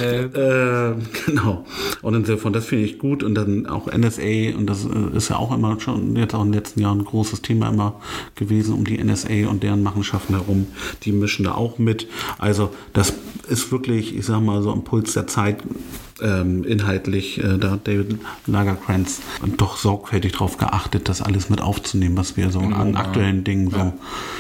Kalle. Äh, genau. Und insofern, das finde ich gut. Und dann auch N S A, und das äh, ist ja auch immer schon jetzt auch in den letzten Jahren ein großes Thema immer gewesen, um die N S A und deren Machenschaften herum. Die mischen da auch mit. Also das ist wirklich, ich sag mal, so am Puls der Zeit. Ähm, inhaltlich, äh, da hat David Lagercrantz doch sorgfältig darauf geachtet, das alles mit aufzunehmen, was wir so genau, an aktuellen ja. Dingen so, ja.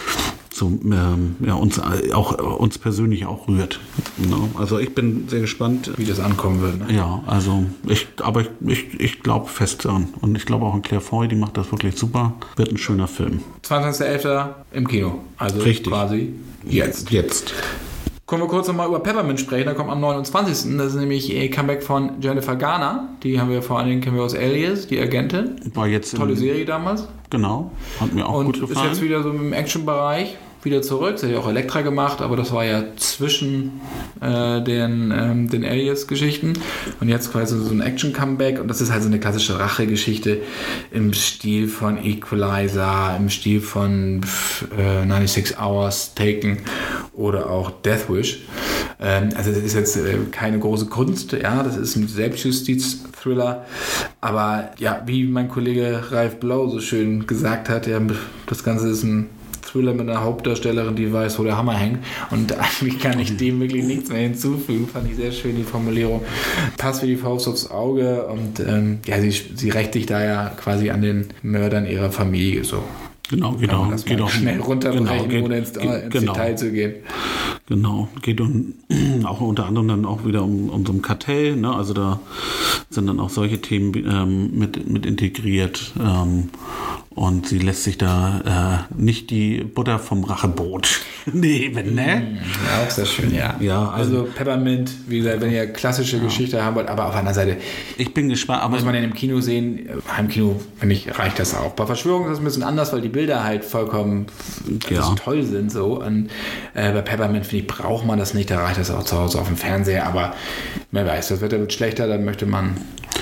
so ähm, ja, uns auch uns persönlich auch rührt. Genau. Also ich bin sehr gespannt, wie das ankommen wird. Ne? Ja, also ich, aber ich, ich, ich glaube fest dran und ich glaube auch an Claire Foy, die macht das wirklich super. Wird ein schöner Film. zwanzigster elfter im Kino. Also richtig. Quasi jetzt. Jetzt. Können wir kurz nochmal über Peppermint sprechen, da kommt am neunundzwanzigsten Das ist nämlich ein Comeback von Jennifer Garner. Die haben wir vor allen Dingen, kennen wir aus Alias, die Agentin. War jetzt tolle Serie damals. Genau, hat mir auch und gut gefallen. Und ist jetzt wieder so im Action-Bereich wieder zurück. Sie hat ja auch Elektra gemacht, aber das war ja zwischen äh, den, ähm, den Alias-Geschichten. Und jetzt quasi so ein Action-Comeback. Und das ist halt so eine klassische Rache-Geschichte im Stil von Equalizer, im Stil von äh, ninety-six Hours Taken oder auch Death Wish. Ähm, also das ist jetzt äh, keine große Kunst, ja, das ist ein Selbstjustiz-Thriller. Aber ja, wie mein Kollege Ralf Blau so schön gesagt hat, ja, das Ganze ist ein Thriller mit einer Hauptdarstellerin, die weiß, wo der Hammer hängt. Und eigentlich kann ich dem wirklich nichts mehr hinzufügen. Fand ich sehr schön, die Formulierung. Passt wie die Faust aufs Auge. Und ähm, ja, sie, sie rächt sich da ja quasi an den Mördern ihrer Familie. So. Genau, genau. Das geht auch schnell runterbrechen, genau, geht, ohne ins, geht, ins genau. Detail zu gehen. Genau, geht um, auch unter anderem dann auch wieder um, um so ein Kartell, ne? Also da sind dann auch solche Themen ähm, mit, mit integriert. Ähm, und sie lässt sich da äh, nicht die Butter vom Rachebrot nehmen, ne? Ja, auch sehr schön, ja. ja also, also Peppermint, wie gesagt, wenn ihr klassische ja. Geschichte haben wollt, aber auf der anderen Seite, ich bin gespannt, aber muss man den im Kino sehen. Heimkino, finde ich, reicht das auch. Bei Verschwörung ist das ein bisschen anders, weil die Bilder halt vollkommen ja. also toll sind. So. Und äh, bei Peppermint, finde ich, braucht man das nicht. Da reicht das auch zu Hause auf dem Fernseher. Aber wer weiß, das Wetter wird schlechter, dann möchte man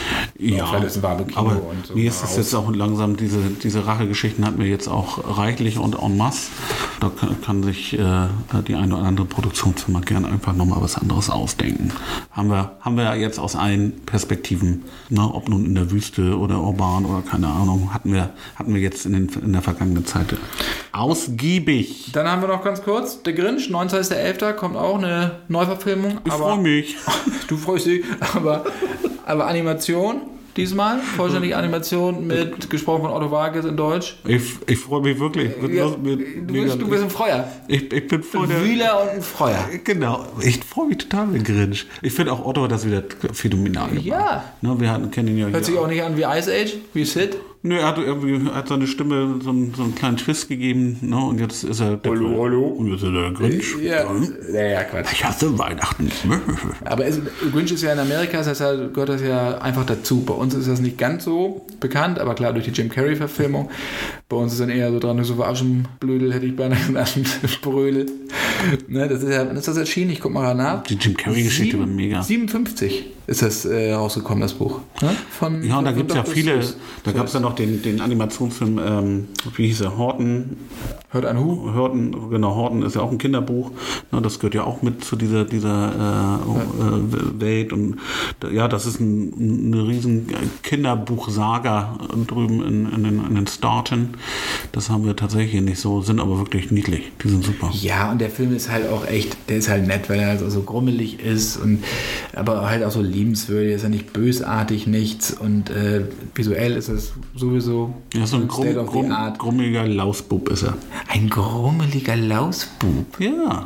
ja, vielleicht ist ein warmes Kino. Aber und so mir ist es jetzt auch langsam, diese, diese Rachegeschichten hatten wir jetzt auch reichlich und en masse. Da kann, kann sich äh, die eine oder andere Produktionsfirma gerne einfach nochmal was anderes ausdenken. Haben wir, haben wir ja jetzt aus allen Perspektiven, ne, ob nun in der Wüste oder urban oder keine Ahnung, hatten wir, hatten wir jetzt in, den, in der vergangenen Zeit ausgiebig. Dann haben wir noch ganz kurz, der Grinch, neunundzwanzigster elfter kommt auch eine Neuverfilmung. Ich freue mich. Du freust dich, aber, aber Animation diesmal, vollständige Animation mit gesprochen von Otto Walkes in Deutsch. Ich, ich freue mich wirklich. Ja, du, bist, du bist ein Freuer. Ich, ich bin voll der... Ein Wühler und ein Freuer. Genau. Ich freue mich total mit Grinch. Ich finde auch Otto hat das wieder phänomenal gemacht. Ja. Ne, wir hatten, kennen ihn ja Hört sich auch nicht an wie Ice Age, wie Sid. Nö, er hat irgendwie hat seine Stimme so einen, so einen kleinen Twist gegeben, ne? Und jetzt ist er der Hallo, hallo. Und jetzt ist er der Grinch. Ja, ja, ja, Quatsch. Ich hasse Weihnachten. Aber es, Grinch ist ja in Amerika, das heißt, da gehört das ja einfach dazu. Bei uns ist das nicht ganz so bekannt, aber klar, durch die Jim Carrey-Verfilmung. Bei uns ist dann eher so dran, so Aschenblödel, hätte ich beinahe gesagt, Brödel. Ne, das ist ja, wann ist das erschienen? Ich guck mal nach. Die Jim Carrey-Geschichte war mega. siebenundfünfzig ist das äh, rausgekommen, das Buch. Ne? Von, ja, und da gibt es ja viele, Süß. da gab es ja noch den, den Animationsfilm, ähm, wie hieß er, Horton. Hört ein Hu? Horton, genau, Horton ist ja auch ein Kinderbuch. Ne, das gehört ja auch mit zu dieser, dieser äh, äh, Welt. Und ja, das ist ein, eine riesen Kinderbuchsaga drüben in, in, den, in den Staaten. Das haben wir tatsächlich hier nicht so, sind aber wirklich niedlich. Die sind super. Ja, und der Film ist halt auch echt, der ist halt nett, weil er also so grummelig ist und aber halt auch so liebenswürdig, ist ja nicht bösartig, nichts und äh, visuell ist es sowieso ja, so ein grumm, grumm, grummeliger Lausbub ist er. Ein grummeliger Lausbub? Ja.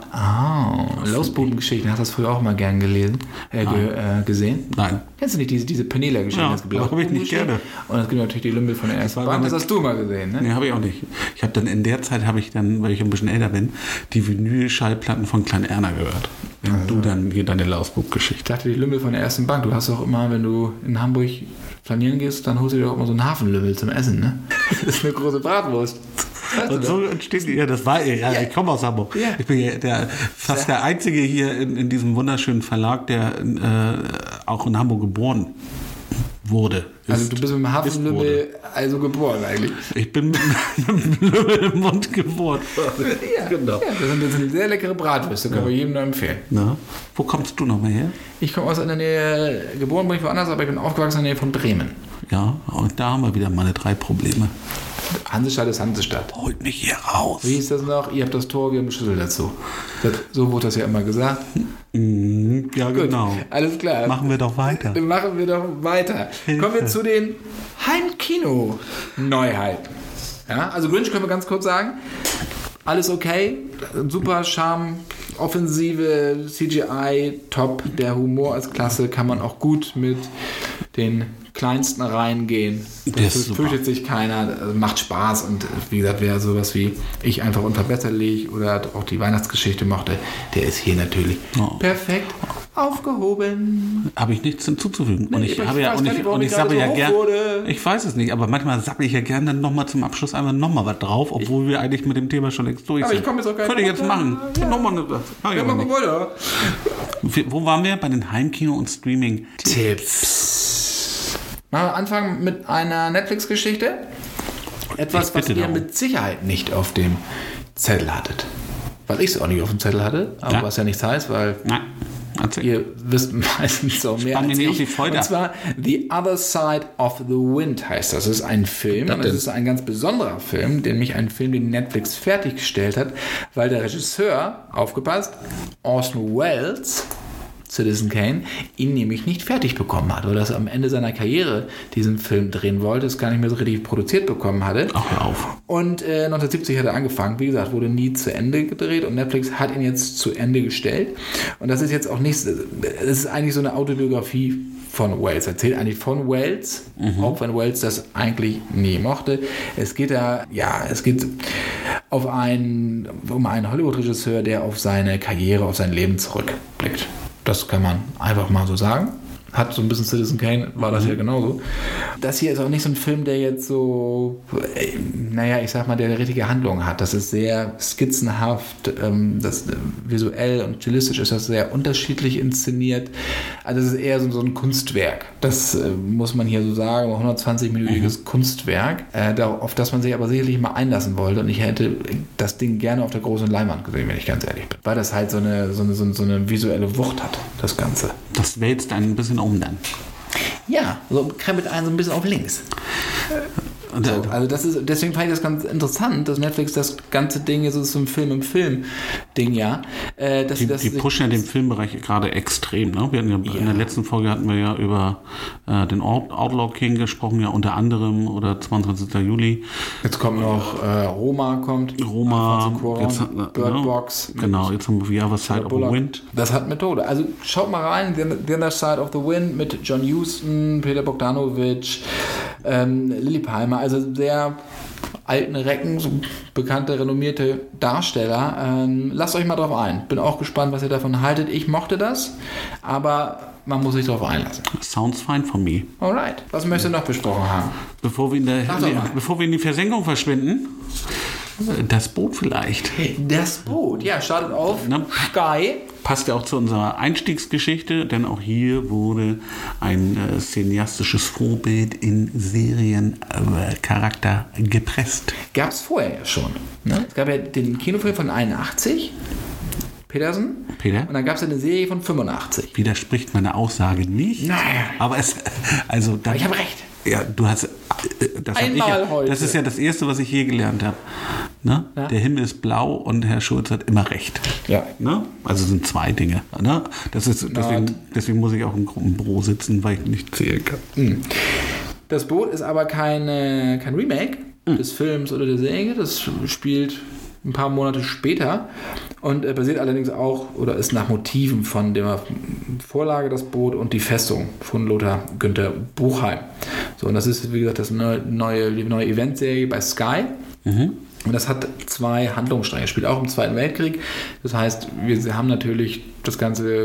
Oh, Lausbubengeschichten, hast du das früher auch mal gern gelesen, äh, ge, äh, gesehen? Nein. Kennst du nicht diese, diese Penela-Geschichten? Ja, das habe ich nicht gerne. Und es gibt natürlich die Lümmel von der ersten Bank, das hast du mal gesehen, ne? Nee, habe ich auch nicht. Ich habe dann in der Zeit, habe ich dann, weil ich ein bisschen älter bin, die Vinyl-Schallplatten von Klein Erna gehört. Wenn also. du dann hier deine Lausbub-Geschichte. Ich dachte, die Lümmel von der ersten Bank. Du hast doch immer, wenn du in Hamburg flanieren gehst, dann holst du dir doch immer so einen Hafenlümmel zum Essen, ne? Das ist eine große Bratwurst. Weißt und so entsteht ja, das war ja, ja. Ich komme aus Hamburg. Ja. Ich bin ja der, fast der Einzige hier in, in diesem wunderschönen Verlag, der äh, auch in Hamburg geboren wurde. Also du bist mit dem Hafenlümmel also geboren eigentlich. Ich bin mit einem Lümmel im Mund geboren. Ja, genau. Ja, das sind, das sind sehr leckere Bratwürste, können ja. wir jedem nur empfehlen. Na, wo kommst du nochmal her? Ich komme aus in der Nähe, geboren bin ich woanders, aber ich bin aufgewachsen in der Nähe von Bremen. Ja, und da haben wir wieder meine drei Probleme. Hansestadt ist Hansestadt. Holt mich hier raus. Wie hieß das noch? Ihr habt das Tor, wir haben einen Schlüssel dazu. Das, so wurde das ja immer gesagt. Mm, ja, Gut, genau. Alles klar. Machen wir doch weiter. Dann machen wir doch weiter. Hilfe. Kommen wir zu den Heimkino-Neuheiten. Ja, also Grinch können wir ganz kurz sagen. Alles okay. Super Charme, Offensive, C G I, top. Der Humor als klasse, kann man auch gut mit den kleinsten reingehen. Das fürchtet sich keiner, macht Spaß und wie gesagt, wer sowas wie ich einfach unverbesserlich oder auch die Weihnachtsgeschichte mochte, der ist hier natürlich oh. perfekt aufgehoben. Habe ich nichts hinzuzufügen. Nee, und ich, ich habe ja und ich, und ich sabbel ja gern. Ich weiß es nicht, aber manchmal sabbel ich ja gerne dann nochmal zum Abschluss einfach nochmal was drauf, obwohl ich, wir eigentlich mit dem Thema schon längst durch sind. Aber ich komme jetzt auch gar nicht. Könnte ich jetzt machen. Ja. Nochmal eine ja, ja, machen weiter. Wo waren wir? Bei den Heimkino- und Streaming-Tipps. Machen wir anfangen mit einer Netflix-Geschichte. Etwas, was ihr darum. mit Sicherheit nicht auf dem Zettel hattet. Weil ich es auch nicht auf dem Zettel hatte, aber ja. was ja nichts heißt, weil Nein. ihr wisst meistens auch mehr als ich. Und zwar The Other Side of the Wind heißt das. Das ist ein Film, das, das ist ein ganz besonderer Film, nämlich ein Film, den Netflix fertiggestellt hat, weil der Regisseur, aufgepasst, Orson Welles, Citizen Kane, ihn nämlich nicht fertig bekommen hat oder dass er am Ende seiner Karriere diesen Film drehen wollte, es gar nicht mehr so richtig produziert bekommen hatte. Ach, hör auf. Und äh, neunzehnhundertsiebzig hat er angefangen, wie gesagt, wurde nie zu Ende gedreht und Netflix hat ihn jetzt zu Ende gestellt. Und das ist jetzt auch nichts, es ist eigentlich so eine Autobiografie von Welles, erzählt eigentlich von Welles, mhm. auch wenn Welles das eigentlich nie mochte. Es geht da, ja, es geht auf einen, um einen Hollywood-Regisseur, der auf seine Karriere, auf sein Leben zurückblickt. Das kann man einfach mal so sagen. Hat so ein bisschen Citizen Kane, war das mhm. ja genauso. Das hier ist auch nicht so ein Film, der jetzt so, äh, naja, ich sag mal, der eine richtige Handlung hat. Das ist sehr skizzenhaft, ähm, das, äh, visuell und stilistisch ist das sehr unterschiedlich inszeniert. Also es ist eher so, so ein Kunstwerk. Das äh, muss man hier so sagen, ein hundertzwanzig-minütiges mhm. Kunstwerk, äh, da, auf das man sich aber sicherlich mal einlassen wollte. Und ich hätte das Ding gerne auf der großen Leinwand gesehen, wenn ich ganz ehrlich bin. Weil das halt so eine, so eine, so eine, so eine visuelle Wucht hat, das Ganze. Das wälzt ein bisschen um dann. Ja, so krempelt einen so ein bisschen auf links. So, also das ist, deswegen fand ich das ganz interessant, dass Netflix das ganze Ding, jetzt ist so ein Film im Film-Ding, ja. Äh, dass die das die pushen ja den Filmbereich gerade extrem, ne? Wir hatten ja, ja. In der letzten Folge hatten wir ja über äh, den Outlaw King gesprochen, ja unter anderem, oder zweiundzwanzigsten Juli. Jetzt kommt noch äh, Roma, kommt. Roma, jetzt, äh, Bird ja, Box. Genau, jetzt haben wir The Other Side of the Wind. Das hat Methode. Also schaut mal rein, The Other Side of the Wind mit John Huston, Peter Bogdanovich, Ähm, Lilli Palmer, also sehr alten Recken, so bekannte, renommierte Darsteller. Ähm, lasst euch mal drauf ein. Bin auch gespannt, was ihr davon haltet. Ich mochte das, aber man muss sich darauf einlassen. Sounds fine for me. Alright. Was möchtest du noch besprochen haben? Bevor wir in, der, bevor wir in die Versenkung verschwinden, das Boot vielleicht. Das Boot, ja, startet auf ne? Sky. Passt ja auch zu unserer Einstiegsgeschichte, denn auch hier wurde ein äh, cineastisches Vorbild in Seriencharakter äh, gepresst. Gab es vorher ja schon. Ne? Es gab ja den Kinofilm von einundachtzig, Petersen. Peter? Und dann gab es eine Serie von fünfundachtzig. Widerspricht meine Aussage nicht. Naja. Aber es, also dann, Aber ich habe recht. Ja, du hast. Das, hab ich ja, das ist ja das Erste, was ich je gelernt habe. Ne? Ja. Der Himmel ist blau und Herr Schulz hat immer recht. Ja. Ne? Also sind zwei Dinge. Ne? Das ist, deswegen, deswegen muss ich auch im Gruppenbüro sitzen, weil ich nicht zählen kann. Das Boot ist aber keine, kein Remake mhm. des Films oder der Serie. Das spielt ein paar Monate später und äh, basiert allerdings auch oder ist nach Motiven von der Vorlage Das Boot und die Festung von Lothar Günther Buchheim. So, und das ist, wie gesagt, das neue, neue, die neue Eventserie bei Sky. Mhm. Und das hat zwei Handlungsstränge, spielt auch im Zweiten Weltkrieg. Das heißt, wir haben natürlich das ganze,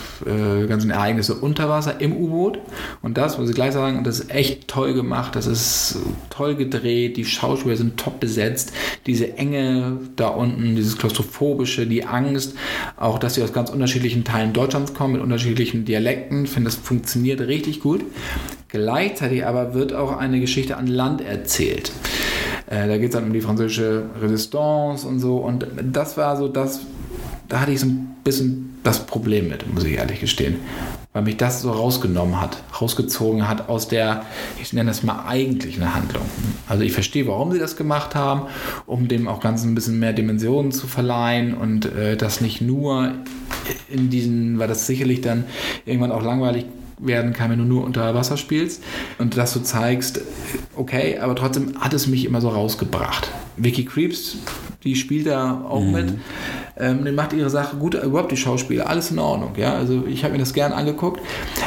äh, ganzen Ereignisse unter Wasser im U-Boot. Und das, muss ich gleich sagen, das ist echt toll gemacht. Das ist toll gedreht. Die Schauspieler sind top besetzt. Diese Enge da unten, dieses Klaustrophobische, die Angst. Auch, dass sie aus ganz unterschiedlichen Teilen Deutschlands kommen, mit unterschiedlichen Dialekten. Ich finde, das funktioniert richtig gut. Gleichzeitig aber wird auch eine Geschichte an Land erzählt. Äh, da geht es dann um die französische Resistance und so. Und das war so das, da hatte ich so ein bisschen das Problem mit, muss ich ehrlich gestehen. Weil mich das so rausgenommen hat, rausgezogen hat aus der, ich nenne das mal eigentlichen Handlung. Also ich verstehe, warum sie das gemacht haben, um dem auch ganz ein bisschen mehr Dimensionen zu verleihen und äh, das nicht nur in diesen, weil das sicherlich dann irgendwann auch langweilig werden kann, wenn du nur unter Wasser spielst und dass du zeigst, okay, aber trotzdem hat es mich immer so rausgebracht. Vicky Krieps, die spielt da auch mhm. mit, ähm, die macht ihre Sache gut, überhaupt die Schauspieler, alles in Ordnung, ja, also ich habe mir das gern angeguckt,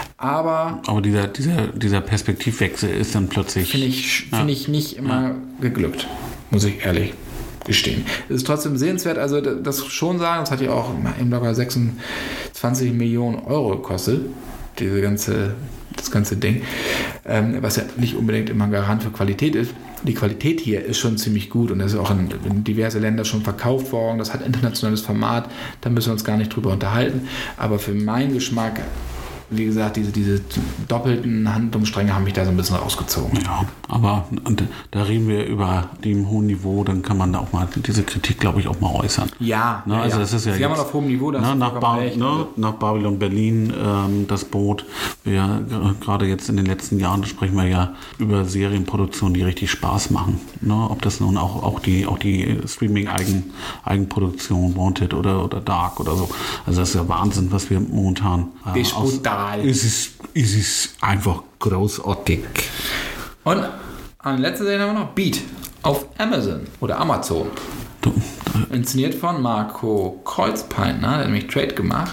aber aber dieser, dieser, dieser Perspektivwechsel ist dann plötzlich finde ich, ja. find ich nicht immer ja. geglückt, muss ich ehrlich gestehen. Es ist trotzdem sehenswert, also das schon sagen, das hat ja auch eben locker sechsundzwanzig Millionen Euro gekostet, diese ganze, das ganze Ding, ähm, was ja nicht unbedingt immer ein Garant für Qualität ist. Die Qualität hier ist schon ziemlich gut und das ist auch in, in diverse Länder schon verkauft worden. Das hat internationales Format, da müssen wir uns gar nicht drüber unterhalten. Aber für meinen Geschmack, wie gesagt, diese, diese doppelten Handlungsstränge haben mich da so ein bisschen rausgezogen. Ja, aber und, da reden wir über dem hohen Niveau, dann kann man da auch mal diese Kritik, glaube ich, auch mal äußern. Ja, ne, also ja. das ist ja Sie jetzt, haben auf hohem Niveau, das ne, nach, ba- recht, ne, also. nach Babylon Berlin, ähm, das Boot. Wir gerade jetzt in den letzten Jahren sprechen wir ja über Serienproduktionen, die richtig Spaß machen. Ne, ob das nun auch, auch die, auch die Streaming-Eigenproduktion, Wanted oder, oder Dark oder so. Also das ist ja Wahnsinn, was wir momentan äh, ist aus, brutal. Es ist, es ist einfach großartig. Und an letzter Serie haben wir noch Beat auf Amazon oder Amazon. Du, Inszeniert von Marco Kreuzpeitner, der hat nämlich Trade gemacht.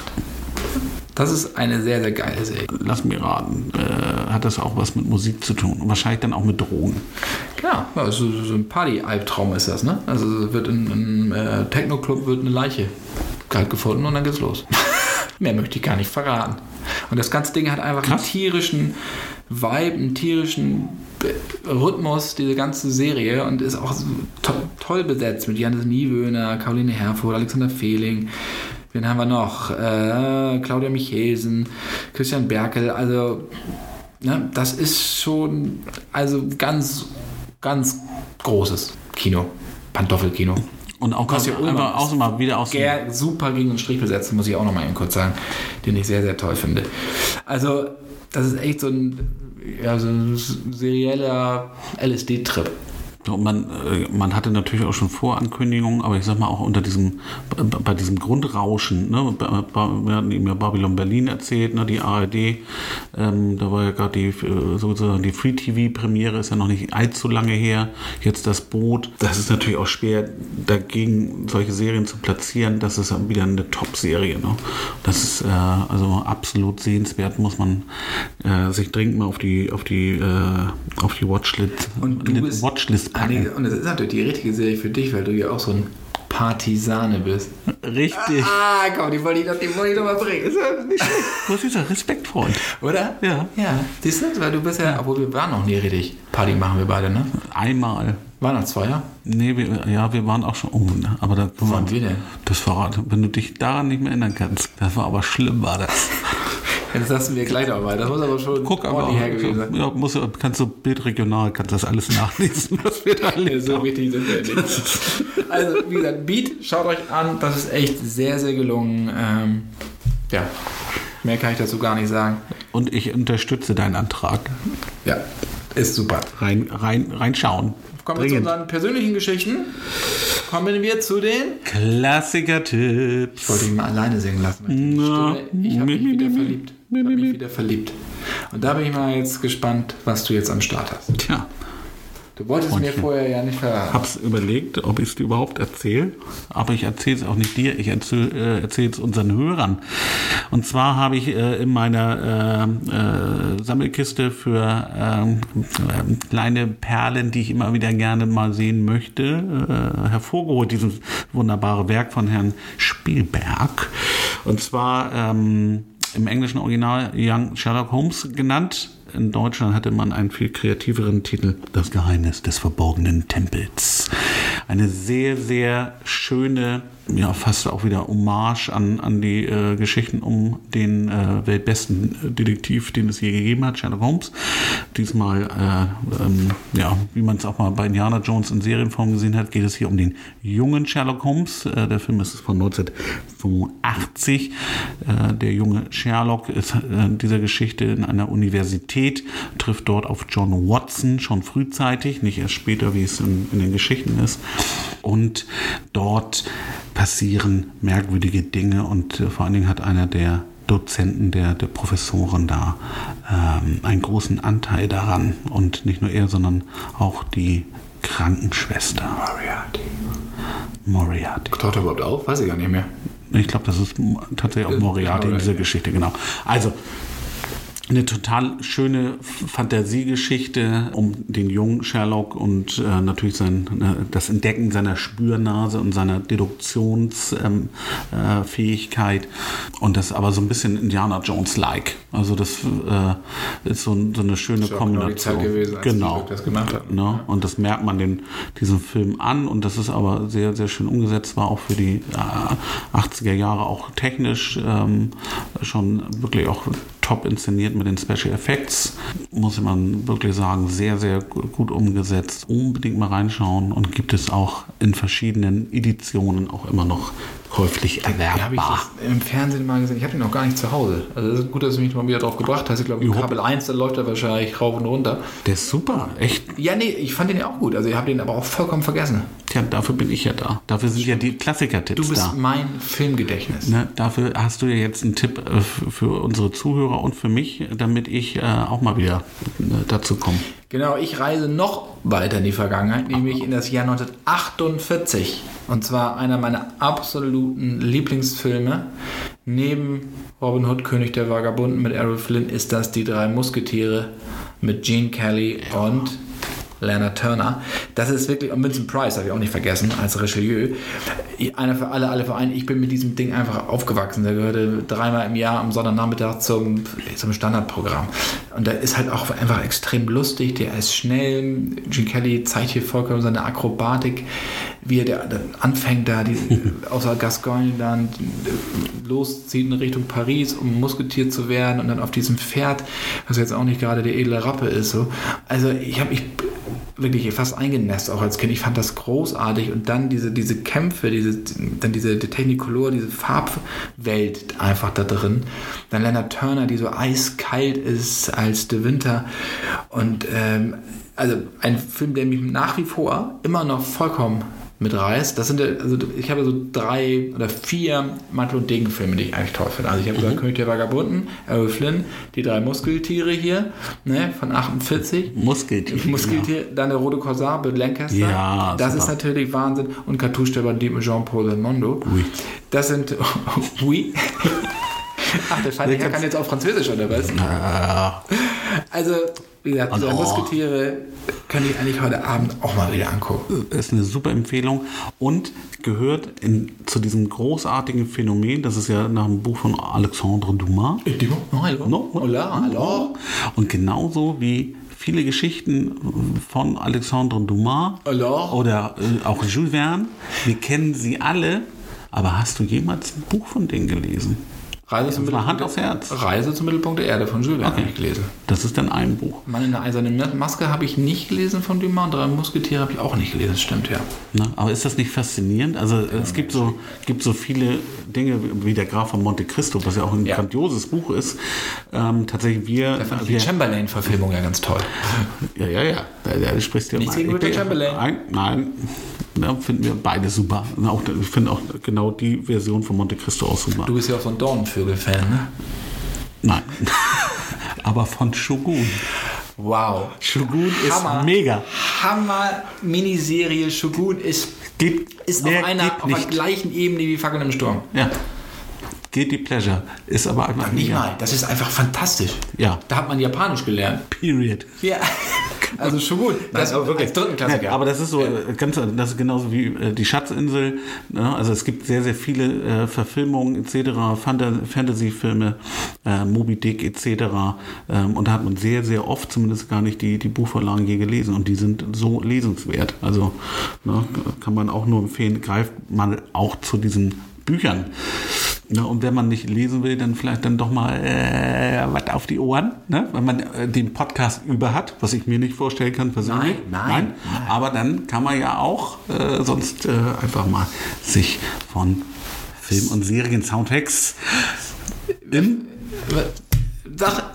Das ist eine sehr, sehr geile Serie. Lass mir raten, äh, hat das auch was mit Musik zu tun? Und wahrscheinlich dann auch mit Drogen. Klar, ja, so, so ein Party-Albtraum ist das, ne? Also wird in einem äh, Techno-Club wird eine Leiche kalt gefunden und dann geht's los. Mehr möchte ich gar nicht verraten. Und das ganze Ding hat einfach Krass. einen tierischen Vibe, einen tierischen Rhythmus, diese ganze Serie, und ist auch to- toll besetzt mit Janis Niewöhner, Caroline Herfurth, Alexander Fehling. Wen haben wir noch? Äh, Claudia Michelsen, Christian Berkel. Also, ne, das ist schon also ganz, ganz großes Kino. Pantoffelkino. Und auch was ja einfach auch so mal wieder aus dem super gegen den Strich besetzt, muss ich auch noch mal eben kurz sagen, den ich sehr, sehr toll finde. Also, das ist echt so ein, ja, so ein serieller L S D-Trip. Und man, man hatte natürlich auch schon Vorankündigungen, aber ich sag mal auch unter diesem, bei diesem Grundrauschen, ne, wir hatten eben ja Babylon Berlin erzählt, ne, die A R D, ähm, da war ja gerade die, sozusagen die Free-T V-Premiere, ist ja noch nicht allzu lange her, jetzt das Boot. Das ist natürlich auch schwer, dagegen solche Serien zu platzieren, das ist wieder eine Top-Serie. Ne? Das ist äh, also absolut sehenswert, muss man äh, sich dringend mal auf die, auf die, äh, auf die Watchlist, und du bist, Watchlist packen. Und das ist natürlich die richtige Serie für dich, weil du ja auch so ein Partisane bist. Richtig. Ah, komm, die wollte ich doch, die wollte ich doch mal bringen. Ist ja nicht schlecht. Was ist das? Respektfreund. Oder? Ja. Ja. Siehst du, weil du bist ja, obwohl wir waren noch nie richtig. Party machen wir beide, ne? Einmal. War noch zwei, ja? Nee, wir, ja, wir waren auch schon. Oh, aber da, Wo waren wir denn? Das verraten. Wenn du dich daran nicht mehr erinnern kannst. Das war aber schlimm, war das. Das lassen wir gleich noch mal. Das muss aber schon Guck aber her gewesen sein. Ja, musst du, kannst du bildregional, kannst das alles nachlesen, was wir da ja, so wichtig sind wir nicht. Also, wie gesagt, Beat, schaut euch an. Das ist echt sehr, sehr gelungen. Ähm, ja, mehr kann ich dazu gar nicht sagen. Und ich unterstütze deinen Antrag. Ja, ist super. Rein, rein, reinschauen. Kommen wir zu unseren persönlichen Geschichten. Kommen wir zu den Klassiker-Tipps. Ich wollte ihn mal alleine singen lassen. Na, ich habe mich wieder verliebt. Ich habe mich wieder verliebt. Und da bin ich mal jetzt gespannt, was du jetzt am Start hast. Tja. Du wolltest Freundchen. mir vorher ja nicht verraten. Ich habe es überlegt, ob ich es dir überhaupt erzähle. Aber ich erzähle es auch nicht dir, ich erzähle äh, erzähle es unseren Hörern. Und zwar habe ich äh, in meiner äh, äh, Sammelkiste für äh, kleine Perlen, die ich immer wieder gerne mal sehen möchte, äh, hervorgeholt, dieses wunderbare Werk von Herrn Spielberg. Und zwar ähm, im englischen Original Young Sherlock Holmes genannt. In Deutschland hatte man einen viel kreativeren Titel, Das Geheimnis des verborgenen Tempels. Eine sehr, sehr schöne, ja fast auch wieder Hommage an, an die äh, Geschichten um den äh, weltbesten Detektiv, den es je gegeben hat, Sherlock Holmes. Diesmal, äh, ähm, ja, wie man es auch mal bei Indiana Jones in Serienform gesehen hat, geht es hier um den jungen Sherlock Holmes. Äh, der Film ist von neunzehnhundertfünfundachtzig. Äh, der junge Sherlock ist äh, in dieser Geschichte in einer Universität, trifft dort auf John Watson, schon frühzeitig, nicht erst später, wie es in, in den Geschichten ist. Und dort passieren merkwürdige Dinge und äh, vor allen Dingen hat einer der Dozenten, der, der Professoren da ähm, einen großen Anteil daran. Und nicht nur er, sondern auch die Krankenschwester. Moriarty. Moriarty. Taucht er überhaupt auf? Weiß ich gar nicht mehr. Ich glaube, das ist tatsächlich auch Moriarty in dieser Geschichte, genau. Also, eine total schöne Fantasiegeschichte um den jungen Sherlock und äh, natürlich sein, äh, das Entdecken seiner Spürnase und seiner Deduktionsfähigkeit. Ähm, äh, und das aber so ein bisschen Indiana Jones-like. Also das äh, ist so, so eine schöne das ist Kombination. Genau die Zeit gewesen, als genau. die das gemacht hat. Ne? Und das merkt man den, diesem Film an und das ist aber sehr, sehr schön umgesetzt, war auch für die äh, achtziger Jahre auch technisch ähm, schon wirklich auch top inszeniert mit den Special Effects, muss man wirklich sagen, sehr, sehr gut umgesetzt. Unbedingt mal reinschauen und gibt es auch in verschiedenen Editionen auch immer noch käuflich erwerbbar. Habe ich das im Fernsehen mal gesehen. Ich habe den noch gar nicht zu Hause. Also es ist gut, dass du mich mal wieder drauf gebracht hast. Ich glaube, Kabel eins, da läuft er wahrscheinlich rauf und runter. Der ist super, echt. Ja, nee, ich fand den ja auch gut. Also ich habe den aber auch vollkommen vergessen. Tja, dafür bin ich ja da. Dafür sind ja die Klassiker-Tipps da. Du bist da. mein Filmgedächtnis. Ne, dafür hast du ja jetzt einen Tipp äh, für unsere Zuhörer und für mich, damit ich äh, auch mal wieder äh, dazu komme. Genau, ich reise noch weiter in die Vergangenheit, nämlich in das Jahr neunzehnhundertachtundvierzig. Und zwar einer meiner absoluten Lieblingsfilme. Neben Robin Hood, König der Vagabunden mit Errol Flynn, ist das Die drei Musketiere mit Gene Kelly und Lana Turner. Das ist wirklich, und Vincent Price habe ich auch nicht vergessen, als Richelieu. Einer für alle, alle für einen. Ich bin mit diesem Ding einfach aufgewachsen. Der gehörte dreimal im Jahr am Sonntagnachmittag zum, zum Standardprogramm. Und der ist halt auch einfach extrem lustig. Der ist schnell. Gene Kelly zeigt hier vollkommen seine Akrobatik, wie er der, der anfängt da, die, außer Gascogne dann loszieht in Richtung Paris, um Musketier zu werden und dann auf diesem Pferd, was jetzt auch nicht gerade der edle Rappe ist. So. Also ich habe mich wirklich fast eingenässt, auch als Kind. Ich fand das großartig und dann diese, diese Kämpfe, diese, dann diese die Technicolor, diese Farbwelt einfach da drin. Dann Leonard Turner, die so eiskalt ist als De Winter und ähm, also ein Film, der mich nach wie vor immer noch vollkommen mitreißt. Das sind, also ich habe so drei oder vier Mantel- und Degen-Filme, die ich eigentlich toll finde. Also ich habe gesagt, mhm. König der Vagabunden, Errol Flynn, die drei Muskeltiere hier, ne, von achtundvierzig. Muskeltiere. Muskeltiere, ja. Dann der Rote Korsar, Burt Lancaster. Ja, das super. ist natürlich Wahnsinn. Und Cartouche der Bandit mit Jean-Paul Belmondo. Oui. Das sind, oui. Ach, der Feinherr kann jetzt auch Französisch, oder was? Ja. Also, wie gesagt, diese oh. Musketiere könnte ich eigentlich heute Abend auch mal wieder angucken. Ist eine super Empfehlung und gehört in, zu diesem großartigen Phänomen, das ist ja nach dem Buch von Alexandre Dumas. No, hola, hallo. Und genauso wie viele Geschichten von Alexandre Dumas Hallo. Oder äh, auch Jules Verne, wir kennen sie alle, aber hast du jemals ein Buch von denen gelesen? Reise zum, Hand aufs Herz. Reise zum Mittelpunkt der Erde von Jules Verne okay. habe ich gelesen. Das ist dann ein Buch. Mann in der eisernen Maske habe ich nicht gelesen von Dumas und drei Musketiere habe ich auch nicht gelesen, das stimmt, ja. Na, aber ist das nicht faszinierend? Also ja, es gibt so, gibt so viele Dinge wie der Graf von Monte Cristo, was ja auch ein ja. grandioses Buch ist. Ähm, tatsächlich wir... Da fand ich wir, die Chamberlain-Verfilmung ja ganz toll. Ja, ja, ja. Da, da sprichst du ja Nichts gegen Richard Chamberlain. Nein, nein. Ja, finden wir beide super. Auch, ich finde auch genau die Version von Monte Cristo auch super. Du bist ja auch so ein Dornenvögel-Fan, ne? Nein. Aber von Shogun. Wow. Shogun Hammer, ist mega. Hammer-Miniserie. Shogun ist, geht, ist auf, einer, auf der gleichen Ebene wie Fackeln im Sturm. Ja. Guilty Pleasure. Ist aber einfach nicht mal. Das ist einfach fantastisch. Ja. Da hat man Japanisch gelernt. Period. Ja. Also schon gut. Das ist aber wirklich Dritten ja, aber das ist so ja. ganz, das ist genauso wie äh, die Schatzinsel. Ne? Also es gibt sehr, sehr viele äh, Verfilmungen et cetera, Fantasy-Filme, äh, Moby Dick et cetera. Ähm, und da hat man sehr, sehr oft zumindest gar nicht die, die Buchvorlagen je gelesen und die sind so lesenswert. Also ne, kann man auch nur empfehlen, greift man auch zu diesen Büchern. Ja, und wenn man nicht lesen will, dann vielleicht dann doch mal äh, was auf die Ohren, ne? Wenn man äh, den Podcast über hat, was ich mir nicht vorstellen kann persönlich. Nein, nein, nein. Aber dann kann man ja auch äh, sonst äh, einfach mal sich von Film- und Serien-Soundtracks im Sag,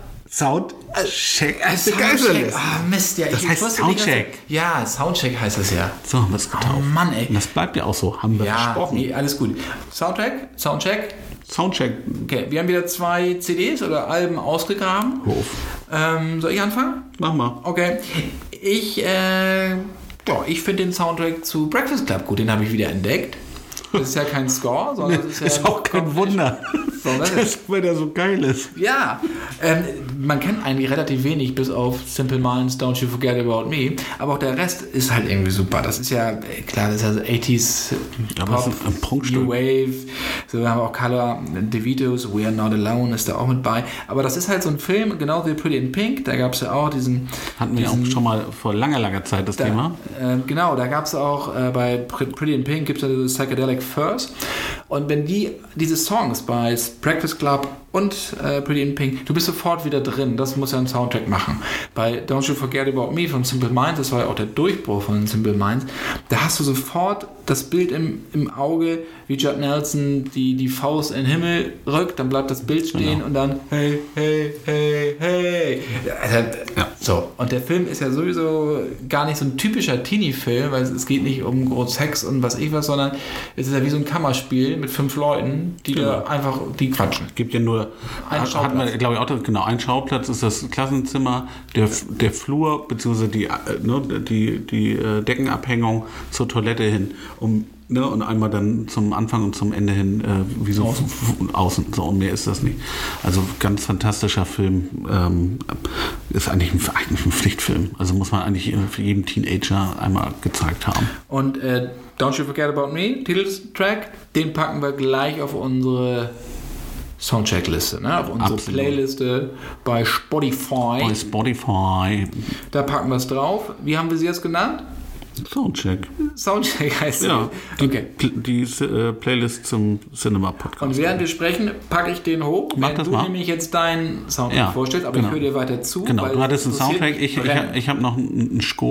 Soundcheck äh, Soundcheck. Ah, Mist, ja. Das ich, heißt ich Soundcheck. Nicht, ja, Soundcheck heißt das ja. So haben wir es getauft. Oh Mann, ey. Und das bleibt ja auch so, haben wir ja, gesprochen. Nee, alles gut. Soundtrack, Soundcheck. Soundcheck. Okay, wir haben wieder zwei C Ds oder Alben ausgegraben. Hof. Ähm, soll ich anfangen? Mach mal. Okay. Ich, äh, ja, ich finde den Soundtrack zu Breakfast Club gut. Den habe ich wieder entdeckt. Das ist ja kein Score, sondern das ist ja ist auch kein Wunder, dass, weil der so geil ist. Ja, ähm, man kennt eigentlich relativ wenig, bis auf Simple Minds, Don't You Forget About Me. Aber auch der Rest ist halt irgendwie super. Das ist ja, klar, das ist ja so achtziger Pop, ein Prunkstück. New Wave. So, wir haben auch Color DeVitos, We Are Not Alone ist da auch mit bei. Aber das ist halt so ein Film, genau wie Pretty in Pink. Da gab es ja auch diesen... Hatten wir diesen, auch schon mal vor langer, langer Zeit das da, Thema. Äh, genau, da gab es auch äh, bei Pretty in Pink gibt es ja diese Psychedelic Furs. Und wenn die diese Songs bei Breakfast Club und äh, Pretty in Pink, du bist sofort wieder drin. Das muss ja ein Soundtrack machen. Bei Don't You Forget About Me von Simple Minds, das war ja auch der Durchbruch von Simple Minds, da hast du sofort das Bild im, im Auge, wie Judd Nelson die, die Faust in den Himmel rückt, dann bleibt das Bild stehen genau. Und dann hey, hey, hey, hey. Also, ja. So. Und der Film ist ja sowieso gar nicht so ein typischer Teenie-Film, weil es, es geht nicht um groß Sex und was ich was, sondern es ist ja wie so ein Kammerspiel mit fünf Leuten, die genau. da einfach, die quatschen. Es gibt ja nur, ein hat, hat man, glaube ich, auch, genau, ein Schauplatz ist das Klassenzimmer, der, der Flur, beziehungsweise die, ne, die, die Deckenabhängung zur Toilette hin, um Ne, und einmal dann zum Anfang und zum Ende hin, äh, wie so außen. außen, so und mehr ist das nicht. Also ganz fantastischer Film, ähm, ist eigentlich ein, eigentlich ein Pflichtfilm. Also muss man eigentlich für jeden Teenager einmal gezeigt haben. Und äh, Don't You Forget About Me, Titeltrack, den packen wir gleich auf unsere Soundcheckliste, ne? Auf unsere Absolut. Playliste bei Spotify. Bei Spotify. Da packen wir es drauf. Wie haben wir sie jetzt genannt? Soundcheck. Soundcheck heißt ja, die. Okay. Die, die äh, Playlist zum Cinema-Podcast. Und während wir sprechen, packe ich den hoch. Mach wenn das du mal. nämlich jetzt deinen Soundtrack ja, vorstellst, aber genau. ich höre dir weiter zu. Genau, du hattest einen Soundtrack, ich, ich, ich habe noch einen Score.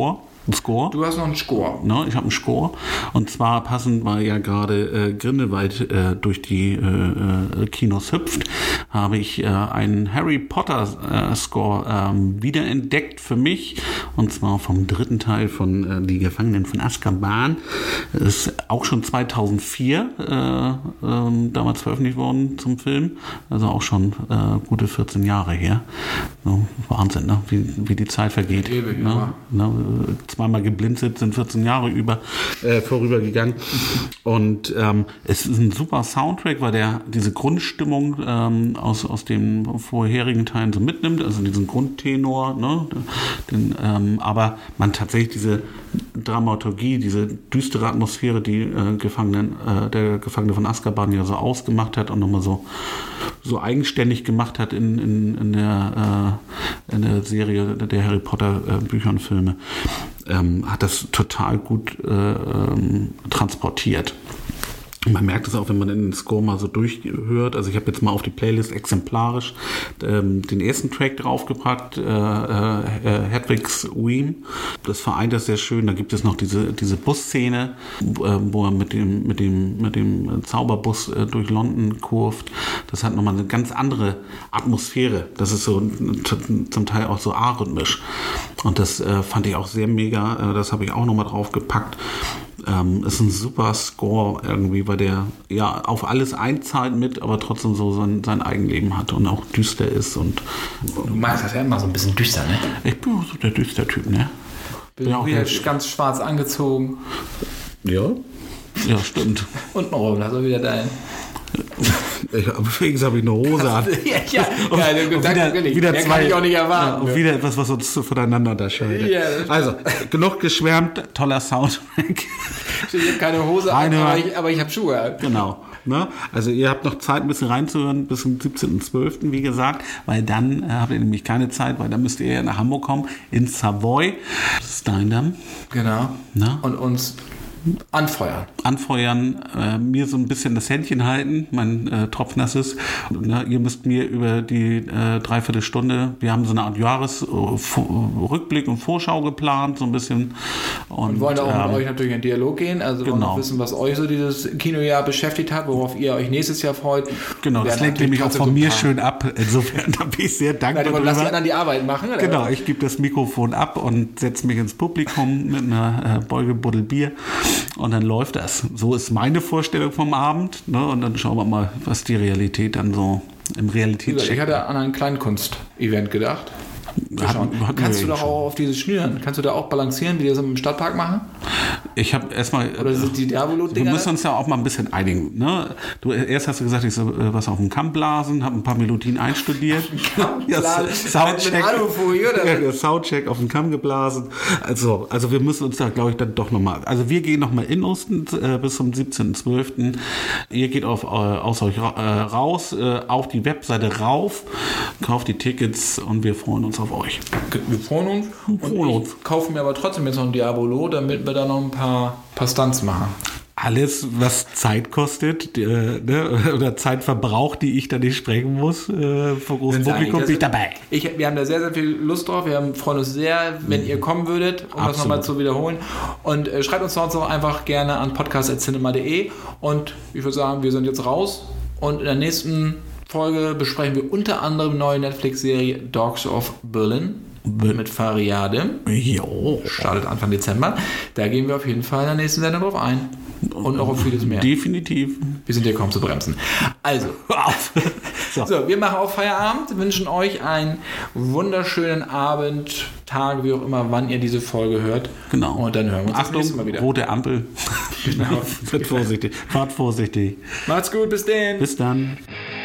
einen Score. Du hast noch einen Score. Ne, ich habe einen Score. Und zwar passend, weil ja gerade äh, Grindelwald äh, durch die äh, Kinos hüpft, habe ich äh, einen Harry Potter äh, Score ähm, wiederentdeckt für mich. Und zwar vom dritten Teil von äh, Die Gefangenen von Azkaban. Ist auch schon zweitausendvier äh, äh, damals veröffentlicht worden zum Film. Also auch schon äh, gute vierzehn Jahre her. So, Wahnsinn, ne? wie, wie die Zeit vergeht. Ewig, ne? Ne? Zweimal geblinzelt, sind vierzehn Jahre über, äh, vorübergegangen. Und ähm, es ist ein super Soundtrack, weil der diese Grundstimmung ähm, aus, aus den vorherigen Teilen so mitnimmt, also diesen Grundtenor, ne? Den, ähm, aber man tatsächlich diese Dramaturgie, diese düstere Atmosphäre, die äh, Gefangenen, äh, der Gefangene von Azkaban ja so ausgemacht hat und nochmal so, so eigenständig gemacht hat in, in, in, der, äh, in der Serie der Harry Potter äh, Bücher und Filme, ähm, hat das total gut äh, ähm, transportiert. Man merkt es auch, wenn man den Score mal so durchhört. Also ich habe jetzt mal auf die Playlist exemplarisch ähm, den ersten Track draufgepackt, äh, äh, Hedwig's Weem. Das vereint das sehr schön. Da gibt es noch diese, diese Busszene, äh, wo er mit dem, mit dem, mit dem Zauberbus äh, durch London kurft. Das hat nochmal eine ganz andere Atmosphäre. Das ist so zum Teil auch so arrhythmisch. Und das äh, fand ich auch sehr mega. Äh, das habe ich auch nochmal draufgepackt. Ähm, ist ein super Score irgendwie, weil der ja auf alles einzahlt mit, aber trotzdem so sein, sein Eigenleben hat und auch düster ist. Und du magst das ja immer so ein bisschen düster, ne? Ich bin auch so der düster Typ, ne? Bin, bin auch wieder ganz schwarz angezogen. Ja, ja, stimmt. Und warum? Das ist wieder dein. Ich, übrigens habe ich eine Hose an. ja, ja, und, ja und wieder, wieder zwei, kann ich auch nicht erwarten. Ja, und wieder etwas, was uns voneinander unterscheidet. Ja, also, genug geschwärmt, toller Soundtrack. Ich habe keine Hose an, aber ich, aber ich habe Schuhe an. Genau. Ne? Also ihr habt noch Zeit, ein bisschen reinzuhören bis zum siebzehnten zwölften wie gesagt, weil dann äh, habt ihr nämlich keine Zeit, weil dann müsst ihr ja nach Hamburg kommen, in Savoy, Steindamm. Genau. Ne? Und uns anfeuern. Anfeuern, äh, mir so ein bisschen das Händchen halten, mein äh, tropfnasses. Ne, ihr müsst mir über die äh, Dreiviertelstunde, wir haben so eine Art Jahresrückblick und Vorschau geplant, so ein bisschen. Und, und wollen auch ähm, mit euch natürlich in Dialog gehen, also genau. wollen auch wissen, was euch so dieses Kinojahr beschäftigt hat, worauf ihr euch nächstes Jahr freut. Genau, das lenkt nämlich auch von so mir schön ab. Insofern da bin ich sehr dankbar. Ja, lass die anderen die Arbeit machen. Oder? Genau, ich gebe das Mikrofon ab und setze mich ins Publikum mit einer äh, Beugebuddel Bier. Und dann läuft das. So ist meine Vorstellung vom Abend. Ne? Und dann schauen wir mal, was die Realität dann so im Realitätscheck. Ich hatte an ein Kleinkunst-Event gedacht. Hat, hat Kannst du doch auch auf diese Schnüren, kannst du da auch balancieren, wie die das im Stadtpark machen? Ich habe erstmal. Oder sind die Diabolo-Dinger? Wir müssen uns ja auch mal ein bisschen einigen. Ne? Du, erst hast du gesagt, ich soll was auf dem Kamm blasen, habe ein paar Melodien einstudiert. ja, Soundcheck, ja, Soundcheck auf dem Kamm geblasen. Also, also wir müssen uns da, glaube ich, dann doch nochmal. Also wir gehen nochmal in Osten äh, bis zum siebzehnten zwölften Ihr geht auf, äh, aus euch äh, raus, äh, auf die Webseite rauf, kauft die Tickets und wir freuen uns auf euch. Wir freuen uns. Und freuen ich kaufe mir aber trotzdem jetzt noch ein Diabolo, damit wir da noch ein paar, paar Stunts machen. Alles, was Zeit kostet, äh, ne, oder Zeit verbraucht, die ich da nicht sprechen muss, äh, vor großem Publikum, bin ich dabei. Ich, wir haben da sehr, sehr viel Lust drauf. Wir haben, freuen uns sehr, wenn ihr kommen würdet, um Absolut. das nochmal zu wiederholen. Und äh, schreibt uns sonst auch einfach gerne an podcast at cinema punkt de. Und ich würde sagen, wir sind jetzt raus. Und in der nächsten Folge besprechen wir unter anderem neue Netflix-Serie Dogs of Berlin mit Fariade. Jo. Startet Anfang Dezember. Da gehen wir auf jeden Fall in der nächsten Sendung drauf ein. Und noch auf vieles mehr. Definitiv. Wir sind hier kaum zu bremsen. Also, so. so, wir machen auch Feierabend, wünschen euch einen wunderschönen Abend, Tag, wie auch immer, wann ihr diese Folge hört. Genau. Und dann hören wir uns Achtung, das nächste Mal wieder. Rote Ampel. Genau. Wird vorsichtig. Fahrt vorsichtig. Macht's gut, bis dann. Bis dann.